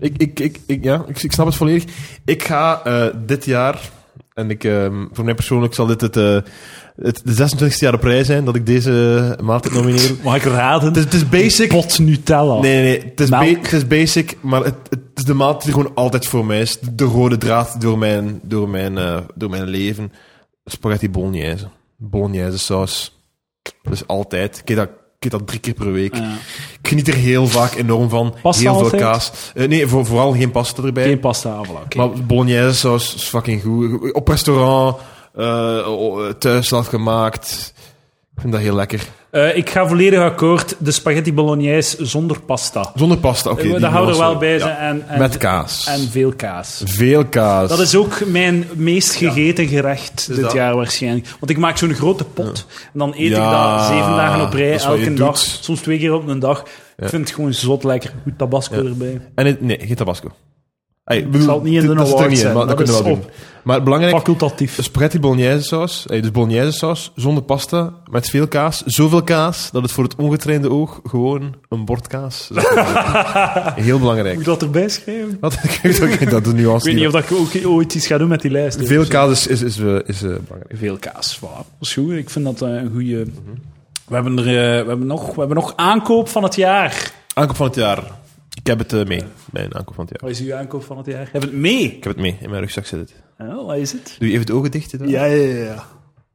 Ik, ik, ik, ik, ja, ik, ik snap het volledig. Ik ga uh, dit jaar, en ik, uh, voor mij persoonlijk zal dit het, uh, het de zesentwintigste jaar op rij zijn dat ik deze maaltijd nomineer. Mag ik raden? Het is, het is basic. Pot Nutella. Nee, nee, nee. Het is, ba- Melk. het is basic, maar het, het is de maaltijd die gewoon altijd voor mij is. De rode draad door mijn, door mijn, uh, door mijn leven. Spaghetti bolognese. Bolognese saus. Dus altijd. Ik eet dat, ik eet dat drie keer per week. Ja. Ik geniet er heel vaak enorm van. Pasta heel veel altijd? kaas. Uh, nee, voor, vooral geen pasta erbij. Geen pasta, voilà. Okay. Maar bolognese saus is fucking goed. Op restaurant, uh, thuis laat gemaakt. Ik vind dat heel lekker. Uh, ik ga volledig akkoord. De spaghetti bolognese zonder pasta. Zonder pasta, oké. Okay, Uh, dat houden er wel wel bij ja. zijn. En, en, Met kaas. En veel kaas. Veel kaas. Dat is ook mijn meest gegeten gerecht dit dat? jaar waarschijnlijk. Want ik maak zo'n grote pot. Ja. En dan eet Ja, ik dat zeven dagen op rij, dat is wat je elke doet. dag. Soms twee keer op een dag. Ja. Ik vind het gewoon zot lekker. Goed tabasco Ja. erbij. En het, nee, geen tabasco. Ay, Ik zal het niet in de dat zit er award niet in, zijn, maar dat dat kunnen we is wel doen. Maar belangrijk, Facultatief. spaghetti bolognese saus. Ay, dus bolognese saus, zonder pasta, met veel kaas. Zoveel kaas, dat het voor het ongetrainde oog gewoon een bord kaas is. Heel belangrijk. Moet ik dat erbij schrijven? Wat? Ik dat de nuance Ik weet niet niet. of dat ik ook ooit iets ga doen met die lijst. hè. Veel kaas is, is, is, uh, is uh, belangrijk. Veel kaas, voilà. Dat is goed. Ik vind dat uh, een goede. We hebben er, uh, we hebben nog, we hebben nog aankoop van het jaar. Aankoop van het jaar. Ik heb het uh, mee. Mijn aankoop van het jaar. Wat is uw aankoop van het jaar? Heb je het mee? Ik heb het mee. In mijn rugzak zit het. Ja, wat is het? Doe je even de ogen dicht? Edouard? Ja, ja, ja.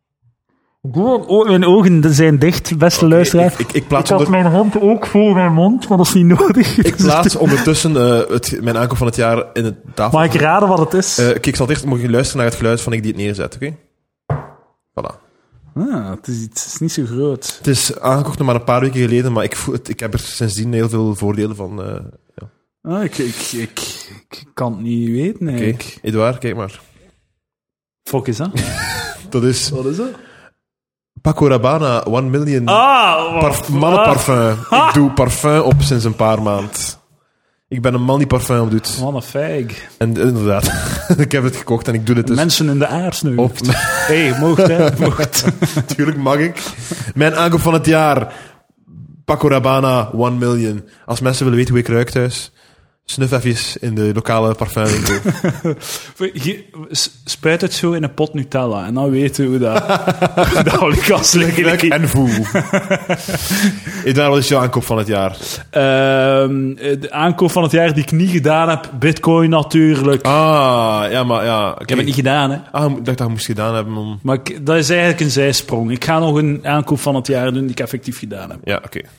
Oh, mijn ogen zijn dicht, beste Oké, luisteraar. ik, ik, ik plaats Ik had onder... mijn hand ook voor mijn mond, maar dat is niet nodig. Ik plaats ondertussen uh, het, mijn aankoop van het jaar in het tafel. Mag ik raden wat het is? Uh, kijk, ik zal eerst mogen luisteren naar het geluid van ik die het neerzet, oké? Okay? Voilà. ah, het, is iets, het is niet zo groot. Het is aangekocht nog maar een paar weken geleden, maar ik, voel het, ik heb er sindsdien heel veel voordelen van. Uh, ja. Ah, ik, ik, ik, ik kan het niet weten, Oké, eigenlijk. okay. Edouard, kijk maar. Fuck is dat? Dat is Wat is dat? Paco Rabanne one million Ah, parf- mannenparfum. Ik doe parfum op sinds een paar maanden. Ik ben een man die parfum op doet. Wat een feig. En inderdaad, ik heb het gekocht en ik doe dit dus Mensen in de aarsneus. op. Hé, hey, mocht hè, mocht. Natuurlijk mag ik. Mijn aankoop van het jaar. Paco Rabanne one million. Als mensen willen weten hoe ik ruik thuis, snuf even in de lokale parfumwinkel. Je spuit het zo in een pot Nutella en dan weten we hoe dat, hoe dat al die kast Leuk en voel. Hey, daar, wat is jouw aankoop van het jaar? Ehm, de aankoop van het jaar die ik niet gedaan heb, Bitcoin natuurlijk. Ah, ja, maar ja. Okay. Ik heb het niet gedaan, hè. Ah, ik dacht dat je moest gedaan hebben om... Maar ik, dat is eigenlijk een zijsprong. Ik ga nog een aankoop van het jaar doen die ik effectief gedaan heb. Ja, oké. Okay.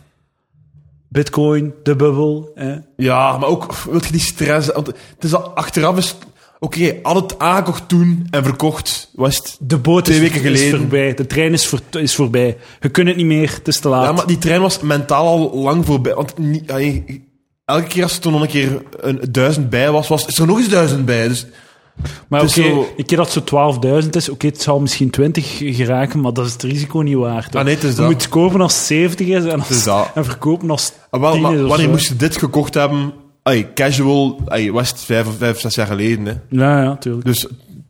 Bitcoin, de bubbel. Eh. Ja, maar ook, wil je die stress... Want het is al achteraf is... Oké, okay, al het aangekocht toen en verkocht, was het... De boot Twee is, weken geleden. is voorbij. De trein is, voor, is voorbij. Je kunt het niet meer, het is te laat. Ja, maar die trein was mentaal al lang voorbij. Want niet, allee, elke keer als er toen nog een keer een duizend bij was, was is er nog eens duizend bij. Dus... Maar oké, okay, zo... een keer dat het zo twaalfduizend is, oké, okay, het zal misschien twintig geraken, maar dat is het risico niet waard. Ah, nee, het is je dat. moet kopen als het zeventig is en, als, dat. en verkopen als Ah, wel, tien maar is. of wanneer zo. moest je dit gekocht hebben? Ay, casual, ay, was het vijf, vijf, zes jaar geleden. Hè? Ja, ja, tuurlijk. Dus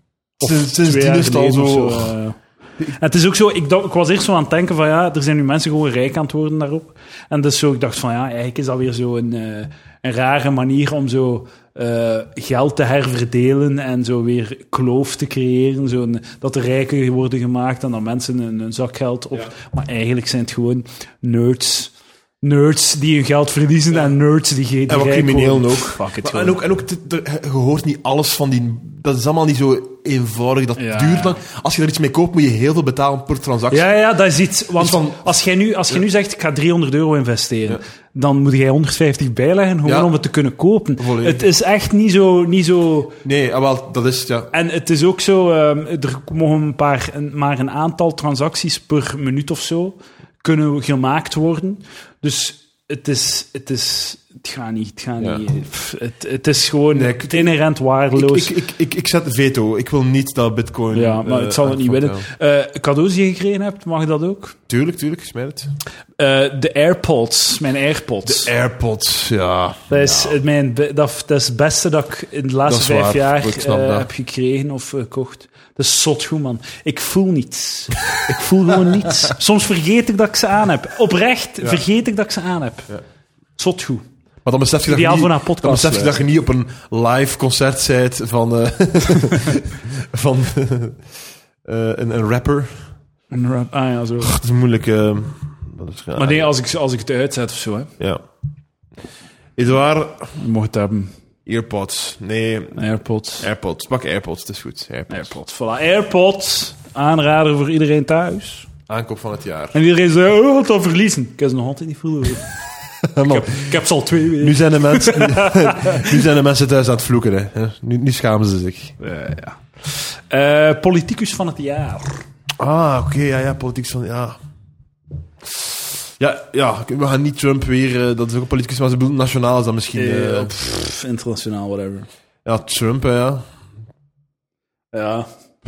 Of sinds, twee sindsdien jaar is het al geleden zo... of zo, uh. En het is ook zo, ik, dacht, ik was eerst zo aan het denken van ja, er zijn nu mensen gewoon rijk aan het worden daarop. En dus zo, ik dacht van ja, eigenlijk is dat weer zo een, uh, een rare manier om zo uh, geld te herverdelen en zo weer kloof te creëren. Zo een, dat de rijken worden gemaakt en dat mensen een, een zak geld op. Ja. Maar eigenlijk zijn het gewoon nerds. Nerds die hun geld verliezen ja. en nerds die geen En wat criminelen ook. Fuck it, maar, en ook. En ook, te, te, je hoort niet alles van die... Dat is allemaal niet zo eenvoudig. Dat ja, duurt lang. Als je er iets mee koopt, moet je heel veel betalen per transactie. Ja, ja, dat is iets. Want dus van, als jij nu, als je ja. nu zegt, ik ga driehonderd euro investeren, ja. dan moet jij honderdvijftig bijleggen gewoon ja. om het te kunnen kopen. Volledig. Het is echt niet zo... Niet zo... Nee, wel, dat is het, ja. En het is ook zo, um, er mogen een paar, een, maar een aantal transacties per minuut of zo kunnen gemaakt worden. Dus het is... Het is Het gaat niet, het gaat ja. niet. Pff, het, het is gewoon nee, ik, inherent waardeloos. Ik, ik, ik, ik zet veto. Ik wil niet dat Bitcoin... Ja, maar uh, het zal het niet winnen. Uh, cadeaus die je gekregen hebt, mag dat ook? Tuurlijk, tuurlijk. Smijt het. Uh, de AirPods, mijn AirPods. De AirPods, ja. Dat is, ja. Mijn, dat, dat is het beste dat ik in de laatste vijf waar. jaar uh, heb gekregen of gekocht. Uh, dat is zot goed, man. Ik voel niets. Ik voel gewoon niets. Soms vergeet ik dat ik ze aan heb. Oprecht ja. vergeet ik dat ik ze aan heb. Ja. Zot goed. Maar dan besef je dat je Ideaal niet, voor een podcast dan besef je dat je niet op een live concert bent van, uh, van uh, een, een rapper. Een rap, ah ja, zo. Dat is moeilijk. Uh, dat is, ja, Maar nee, als ik, als ik het uitzet of zo, hè. Ja. Edouard, Je mocht het hebben. AirPods. Nee, AirPods. AirPods. Pak AirPods, het is goed. AirPods. AirPods. Voilà, AirPods. Aanrader voor iedereen thuis. Aankoop van het jaar. En iedereen zei, oh, wat dan verliezen. Ik heb ze nog altijd niet verloren. ik, heb, ik heb ze al twee weken. Nu zijn de mensen, nu zijn de mensen thuis aan het vloeken. Hè. Nu, nu schamen ze zich. Uh, ja. uh, politicus van het jaar. Ah, oké. Okay, ja, ja. Politiek van... Ja. Ja, ja, we gaan niet Trump weer... Uh, dat is ook een politicus, maar ze bedoelt nationaal is dat misschien... Uh, uh, pff, internationaal, whatever. Ja, Trump, hè, ja. Ja.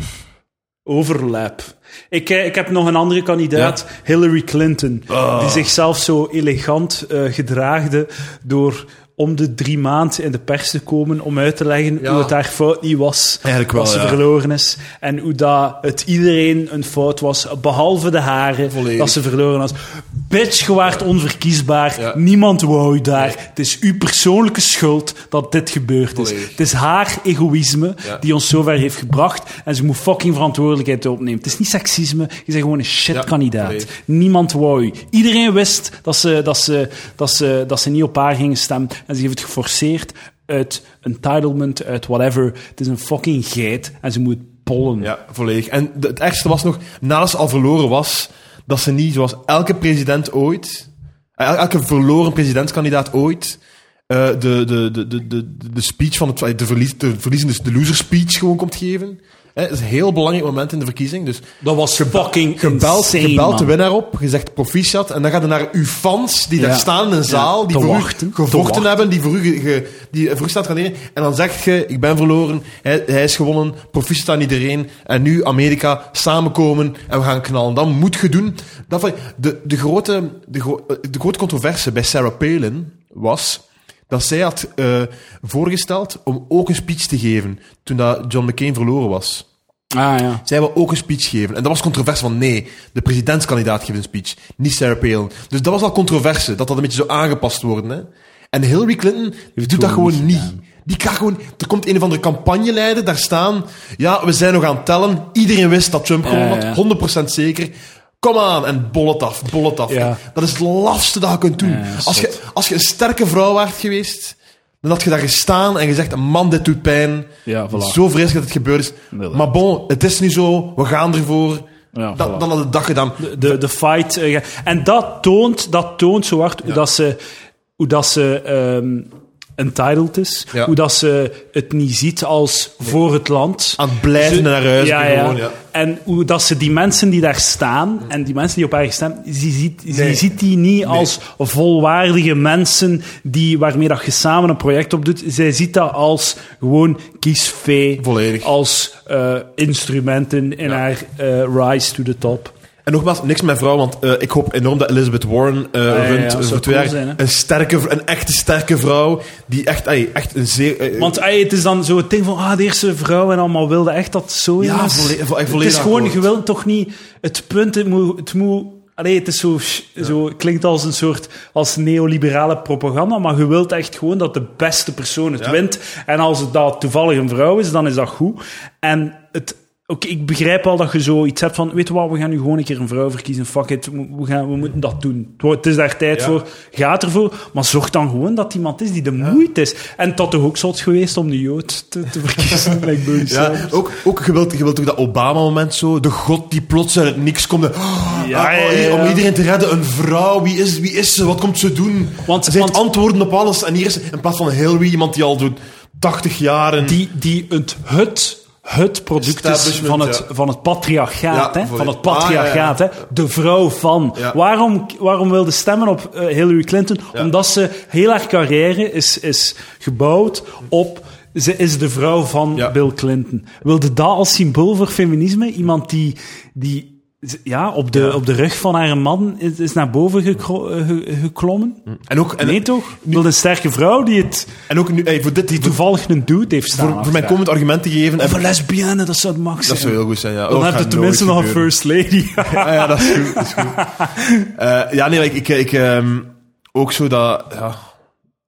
Overlap. Ik, ik heb nog een andere kandidaat, ja? Hillary Clinton, oh. die zichzelf zo elegant uh, gedraagde door om de drie maanden in de pers te komen om uit te leggen ja. hoe het haar fout niet was, Eigenlijk wel, dat ze ja. verloren is. En hoe dat het iedereen een fout was, behalve de haren, Volledig. dat ze verloren was. Bitch, je waart onverkiesbaar. Ja. Niemand wou je daar. Nee. Het is uw persoonlijke schuld dat dit gebeurd is. Volledig. Het is haar egoïsme ja. die ons zover heeft gebracht. En ze moet fucking verantwoordelijkheid opnemen. Het is niet seksisme. Je bent gewoon een shit-kandidaat. Ja, Niemand wou je. Iedereen wist dat ze, dat, ze, dat, ze, dat ze niet op haar gingen stemmen. En ze heeft het geforceerd uit entitlement, uit whatever. Het is een fucking geit en ze moet pollen. Ja, volledig. En de, het ergste was nog, nadat ze al verloren was, dat ze niet, zoals elke president ooit, elke verloren presidentskandidaat ooit, uh, de, de, de, de, de, de speech van het, de, verlies, de verliezende, de loser speech gewoon komt geven. Hè, dat is een heel belangrijk moment in de verkiezing. Dus dat was fucking gebeld, insane, gebeld de man. winnaar op, je zegt proficiat, en dan gaat je naar uw fans die ja. daar staan in een zaal, ja, die voor wachten, u gevochten hebben, die voor u, ge, ge, die voor u staan te gaan. En dan zeg je, ik ben verloren, hij, hij is gewonnen, proficiat aan iedereen, en nu Amerika, samenkomen en we gaan knallen. Dat moet je doen. Dat, de, de, grote, de, gro, de grote controverse bij Sarah Palin was dat zij had uh, voorgesteld om ook een speech te geven toen dat John McCain verloren was. Ah, ja. Zij wil ook een speech geven. En dat was controverse van nee, de presidentskandidaat geeft een speech, niet Sarah Palin. Dus dat was al controverse, dat dat een beetje zou aangepast worden. Hè? En Hillary Clinton doet dat gewoon niet. Gedaan. Die gaat gewoon... Er komt een of andere campagneleider, daar staan... Ja, we zijn nog aan het tellen. Iedereen wist dat Trump gewonnen had, ja, ja. honderd procent zeker. Kom aan, en bol het af, bol het af. Ja. Dat is het lafste dat je kunt doen. Ja, ja, als, je, als je een sterke vrouw waart geweest... Dan had je daar gestaan en gezegd, man, dit doet pijn. Ja, voilà. Zo vreselijk dat het gebeurd is. Nee, maar bon, het is nu zo, we gaan ervoor. Ja, da, voilà. Dan had het dag gedaan. De, de, de fight. Uh, en dat toont, dat toont zo hard hoe ja. dat ze... Hoe dat ze um, entitled is. Ja. Hoe dat ze het niet ziet als voor het land. Aan het blijven ze, naar huis. Ja, gewoon, ja. ja. En hoe dat ze die mensen die daar staan, en die mensen die op haar gestemd, ze ziet, nee. ze ziet die niet nee. als volwaardige mensen die, waarmee dat je samen een project op doet. Zij ziet dat als gewoon kiesvee. Volledig. Als uh, instrumenten in ja. haar uh, rise to the top. En nogmaals, niks met mijn vrouw, want uh, ik hoop enorm dat Elizabeth Warren uh, ah, runt ja, ja, voor twee jaar zijn, een sterke, een echte sterke vrouw, die echt, ay, echt een zeer... Uh, want ay, het is dan zo het ding van, ah, de eerste vrouw en allemaal wilde echt dat zo ja, is. Volle, vo, het is gewoon, je wilt toch niet... Het punt, het moet... Het moet allee, het is zo, ja. zo, klinkt als een soort, als neoliberale propaganda, maar je wilt echt gewoon dat de beste persoon het ja. wint. En als het dat toevallig een vrouw is, dan is dat goed. En het... Oké, okay, ik begrijp wel dat je zoiets hebt van, weet je wat, we gaan nu gewoon een keer een vrouw verkiezen, fuck it, we, gaan, we moeten dat doen. Het is daar tijd ja. voor, ga ervoor, maar zorg dan gewoon dat iemand is die de ja. moeite is. En dat toch ook zot geweest om de Jood te, te verkiezen, like ja, ook, ook je wilt, je wilt toch dat Obama-moment zo, de god die plots uit het niks komt, oh, ja, ja, ja. om iedereen te redden, een vrouw, wie is, wie is ze, wat komt ze doen? Want, ze heeft antwoorden op alles, en hier is in plaats van Hillary, iemand die al doet tachtig jaar... En... Die, die het... het Het product is van het, ja. van het patriarchaat. Ja, hè? Van het patriarchaat. Ah, ja, ja. Hè? De vrouw van. Ja. Waarom, waarom wilde stemmen op uh, Hillary Clinton? Ja. Omdat ze heel haar carrière is, is gebouwd op... Ze is de vrouw van ja. Bill Clinton. Wilde dat als symbool voor feminisme? Iemand die... die ja, op de, ja. op de rug van haar man is, is naar boven gekro- ge- geklommen. En ook, en nee, toch? Nu, wilde een sterke vrouw die het... En ook nu, hey, voor dit, die toevallig een dude heeft staan. Voor, voor mijn komend argument te geven... Of een lesbienne, dat zou het max zijn. Dat zou heel goed zijn, ja. Dan oh, heb je tenminste nog een first lady. ja, ja, dat is goed. Dat is goed. uh, ja, nee, ik... ik, ik um, ook zo dat... Ja,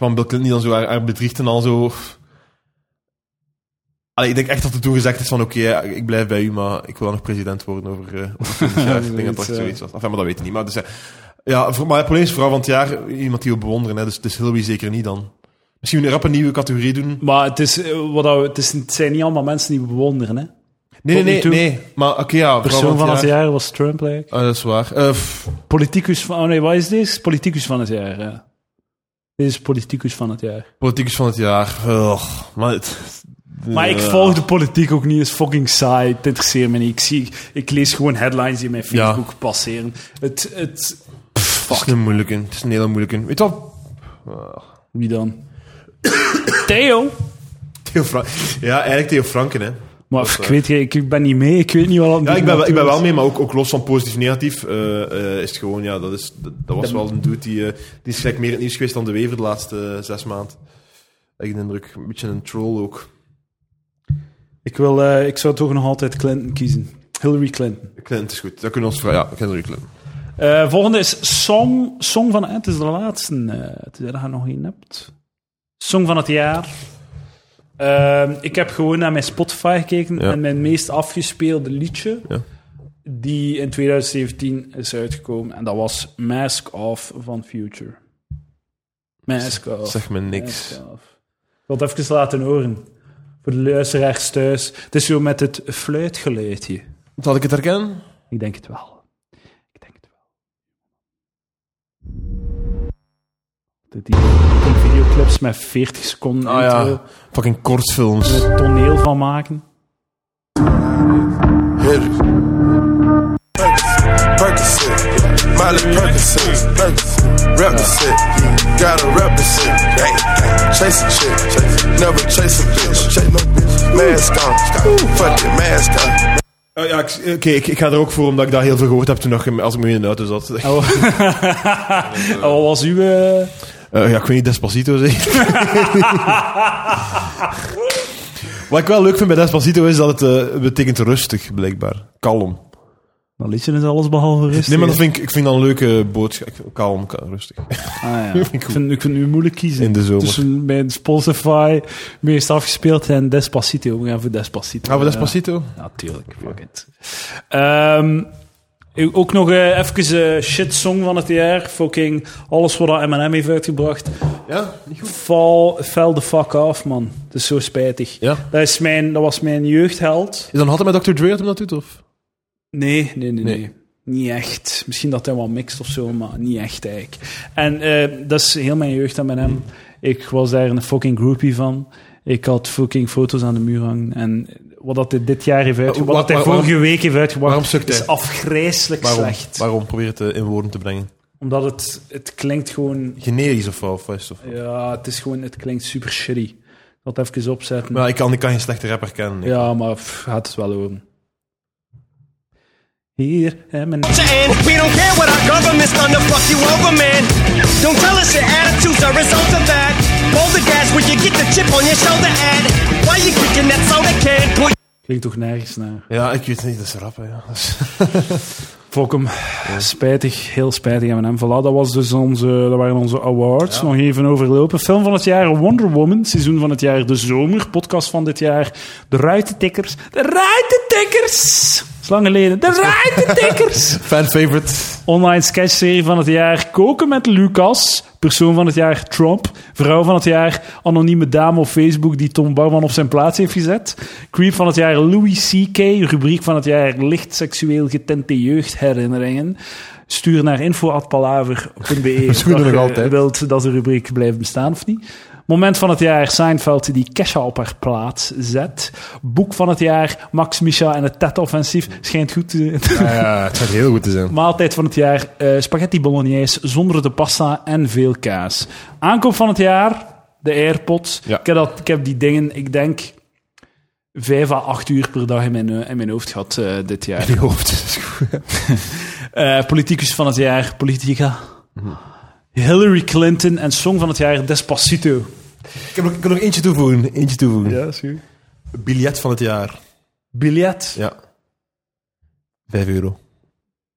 van Bill Clinton die dan zo haar, haar bedriegt en al zo... Allee, ik denk echt dat er toen gezegd is van oké, okay, ik blijf bij u, maar ik wil dan nog president worden over, uh, over twintig jaar. Ik denk dat dat zoiets was. Enfin, maar dat weet ik niet. Maar, dus, uh, ja, voor, maar het probleem is vrouw van het jaar iemand die we bewonderen. Hè, dus het is Hillary zeker niet dan. Misschien een rap een nieuwe categorie doen. Maar het, is, uh, wat we, het, is, het zijn niet allemaal mensen die we bewonderen, hè? Nee, nee, nee, nee. Maar oké, okay, ja. Persoon van het jaar, jaar was Trump, eigenlijk. Ah, dat is waar. Uh, f- Politicus van... Oh nee, wat is deze? Politicus van het jaar, ja. Dit is politicus van het jaar. Politicus van het jaar. Oh, maar het... Maar ik volg de politiek ook niet, het is fucking saai, het interesseert me niet. Ik, zie, ik lees gewoon headlines die mijn Facebook ja. passeren. Het, het, pff, het is een moeilijke, het is een hele moeilijke. Weet je wat? Oh. Wie dan? Theo? Theo Frank. Ja, eigenlijk Theo Franken, hè. Maar dat, ik weet ik, ik ben niet mee, ik weet niet wat aan ja, ik ben, wel, ik ben wel mee, maar ook, ook los van positief negatief uh, uh, is het gewoon, ja, dat, is, dat, dat was dat wel een dude die, uh, die is gelijk meer in het nieuws geweest dan de Wever de laatste uh, zes maanden. Echt een indruk, een beetje een troll ook. Ik, wil, uh, ik zou toch nog altijd Clinton kiezen. Hillary Clinton. Clinton is goed. Dat kunnen we ons vragen. Ja, Hillary Clinton. Uh, volgende is Song, Song van... Het is de laatste. Uh, het is dat je nog één hebt. Song van het jaar. Uh, ik heb gewoon naar mijn Spotify gekeken ja. en mijn meest afgespeelde liedje, ja. die in twintig zeventien is uitgekomen. En dat was Mask Off van Future. Mask Off. Zeg me niks. Ik wil het even laten horen. Voor de luisteraars thuis. Het is zo met het fluitgeluidje. Zal ik het herkennen? Ik denk het wel. Ik denk het wel. Die, die videoclips met veertig seconden ah, intro. Ja. Fucking kortfilms. Er toneel van maken. Percocet, Miley Percocet, represent, gotta represent, chase a chick, never chase a bitch, mask on, fuck it, mask on. Oh, ja, oké, okay, ik, ik ga er ook voor, omdat ik daar heel veel gehoord heb toen nog, als ik me in de auto zat. Oh. En wat was uw... Uh... Uh, ja, ik weet niet, Despacito zeker. Wat ik wel leuk vind bij Despacito is dat het uh, betekent rustig, blijkbaar. Kalm. Dat liedje is alles behalve rustig. Nee, maar dat vind ik, ik vind dat een leuke boodschap. Kalm, kalm, rustig. Ah, ja. ik, ik, vind, ik vind het nu moeilijk kiezen. In de zomer. Tussen mijn Spotify meest afgespeeld en Despacito. We gaan voor Despacito. Gaan we Despacito? Ja, tuurlijk. Fuck it. Um, ook nog uh, even uh, shit song van het jaar. Fucking alles wat Eminem heeft uitgebracht. Ja, niet goed. Fall, fell the fuck off, man. Dat is zo spijtig. Ja. Dat, is mijn, dat was mijn jeugdheld. Is dat nog altijd met dokter Dre dat hem dat doet, of? Nee, nee, nee, nee, nee. Niet echt. Misschien dat hij wat mixt of zo, maar niet echt eigenlijk. En uh, dat is heel mijn jeugd aan met hem. Ik was daar een fucking groupie van. Ik had fucking foto's aan de muur hangen. En wat dat hij dit jaar heeft uitgebracht, wat hij vorige week heeft uitgebracht, is afgrijselijk waarom, slecht. Waarom? Probeer het in woorden te brengen. Omdat het, het klinkt gewoon... Generisch of wat? Of of ja, het is gewoon... Het klinkt super shitty. Ik zal het even opzetten. Maar ik kan, ik kan geen slechte rapper kennen. Ja, maar pff, gaat het wel horen. Hier, hè, mijn... We don't care what our government's gonna fuck you over, man. Don't tell us your attitude's a result of that. Roll the gas when you get the chip on your shoulder and why you kicking that soda can? Pull... Klinkt toch nergens naar. Ja, ik weet niet, dat is rap, hè. Ja. Fok hem. Ja. Spijtig, heel spijtig aan hem. Voilà, dat, was dus onze, dat waren onze awards. Ja. Nog even overlopen. Film van het jaar Wonder Woman. Seizoen van het jaar De Zomer. Podcast van dit jaar De Ruitentikkers. De Ruitentikkers! Dat is lang geleden. De Ruitentikkers! Fan favorite. Online sketchserie van het jaar Koken met Lucas. Persoon van het jaar Trump. Vrouw van het jaar anonieme dame op Facebook die Tom Barman op zijn plaats heeft gezet. Creep van het jaar Louis C K. Rubriek van het jaar licht seksueel getinte jeugdherinneringen. Stuur naar info at palaver punt be als je wilt dat de rubriek blijft bestaan of niet. Moment van het jaar Seinfeld die Kesha op haar plaats zet. Boek van het jaar Max Misha en het Tet-offensief. Schijnt goed te zijn. Ja, ja, het schijnt heel goed te zijn. Maaltijd van het jaar uh, spaghetti bolognese zonder de pasta en veel kaas. Aankoop van het jaar de AirPods. Ja. Ik, heb dat, ik heb die dingen, ik denk, vijf à acht uur per dag in mijn, uh, in mijn hoofd gehad uh, dit jaar. In je hoofd, dat is goed. uh, politicus van het jaar Politica. Mm-hmm. Hillary Clinton en song van het jaar Despacito. Ik heb nog, ik kan nog eentje toevoegen. Eentje toevoegen. Ja, dat is goed. Biljet van het jaar. Biljet? Ja. Vijf euro.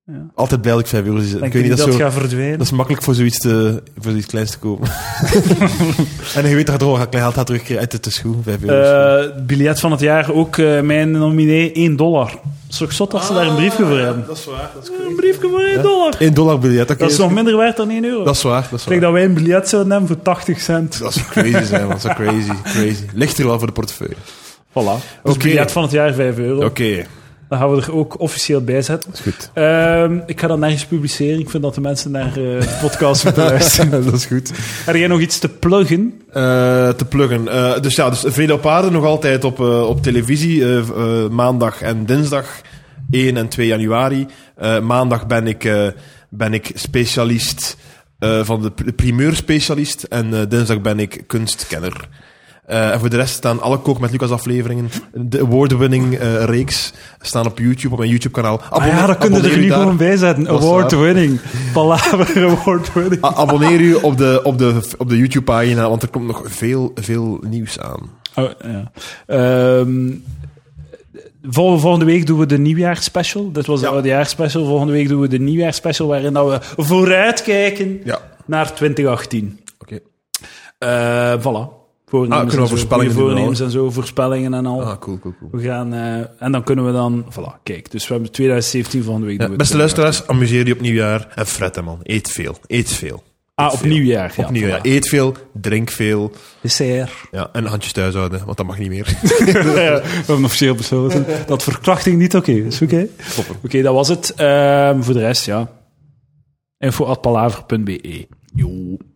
Ja. Altijd blij dat ik vijf euro zie. Denk Ik je weet niet niet, dat dat, het zo, gaat verdwijnen? dat is makkelijk voor zoiets, te, voor zoiets kleins te kopen. En je weet dat je er al klein geld gaat terugkrijgen uit het is goed, vijf euro. Uh, biljet van het jaar, ook uh, mijn nominee, één dollar. Het is toch zot dat ze daar een briefje voor hebben? Dat is waar, dat is Een briefje voor één dollar. één dollar biljet, okay, Dat is nog minder waard dan één euro. Dat is waar, dat is waar. Kijk dat wij een biljet zouden hebben voor tachtig cent. Dat zou crazy zijn, man. Dat zou crazy, crazy. Ligt er wel voor de portefeuille. Voilà. Dus Oké. biljet van het jaar, vijf euro. Oké, okay. Dan gaan we er ook officieel bij zetten. Dat is goed. Um, ik ga dat nergens publiceren. Ik vind dat de mensen naar uh, de podcast moeten luisteren. Dat is goed. Heb jij nog iets te pluggen? Uh, te pluggen. Uh, dus ja, dus Vrede op Aarde nog altijd op, uh, op televisie. Uh, uh, maandag en dinsdag. één en twee januari. Uh, maandag ben ik, uh, ben ik specialist uh, van de, de primeur-specialist. En uh, dinsdag ben ik kunstkenner. Uh, en voor de rest staan alle Kook met Lucas afleveringen, de award-winning uh, reeks, staan op YouTube, op mijn YouTube-kanaal. Ah ja, dat kun je er nu daar. gewoon bij zetten. Award-winning. Palaver award-winning. A- abonneer u op de, op de, op de YouTube-pagina, want er komt nog veel, veel nieuws aan. Oh, ja. Um, vol, volgende week doen we de nieuwjaarsspecial. Dit was de ja. oudejaarsspecial. Volgende week doen we de nieuwjaarsspecial, waarin dat we vooruitkijken ja. naar twintig achttien. Oké. Okay. Uh, voilà. Voornemens, ah, kunnen we voorspellingen doen, voornemens en zo, voorspellingen en al. Ah, cool, cool, cool. We gaan, uh, en dan kunnen we dan, voilà, kijk. Dus we hebben twintig zeventien volgende week. Ja, doen we beste luisteraars, amuseer je op nieuwjaar. En fret, hè, man. Eet veel. Eet veel. Ah, Eet op veel. nieuwjaar. Ja, op nieuwjaar. Voilà. Eet veel, drink veel. Dessert. Ja, en handjes thuis houden, want dat mag niet meer. Ja, we hebben officieel besloten dat verkrachting niet oké okay is. Oké, okay? Oké, okay, dat was het. Um, voor de rest, ja. info at palaver punt be. Jo.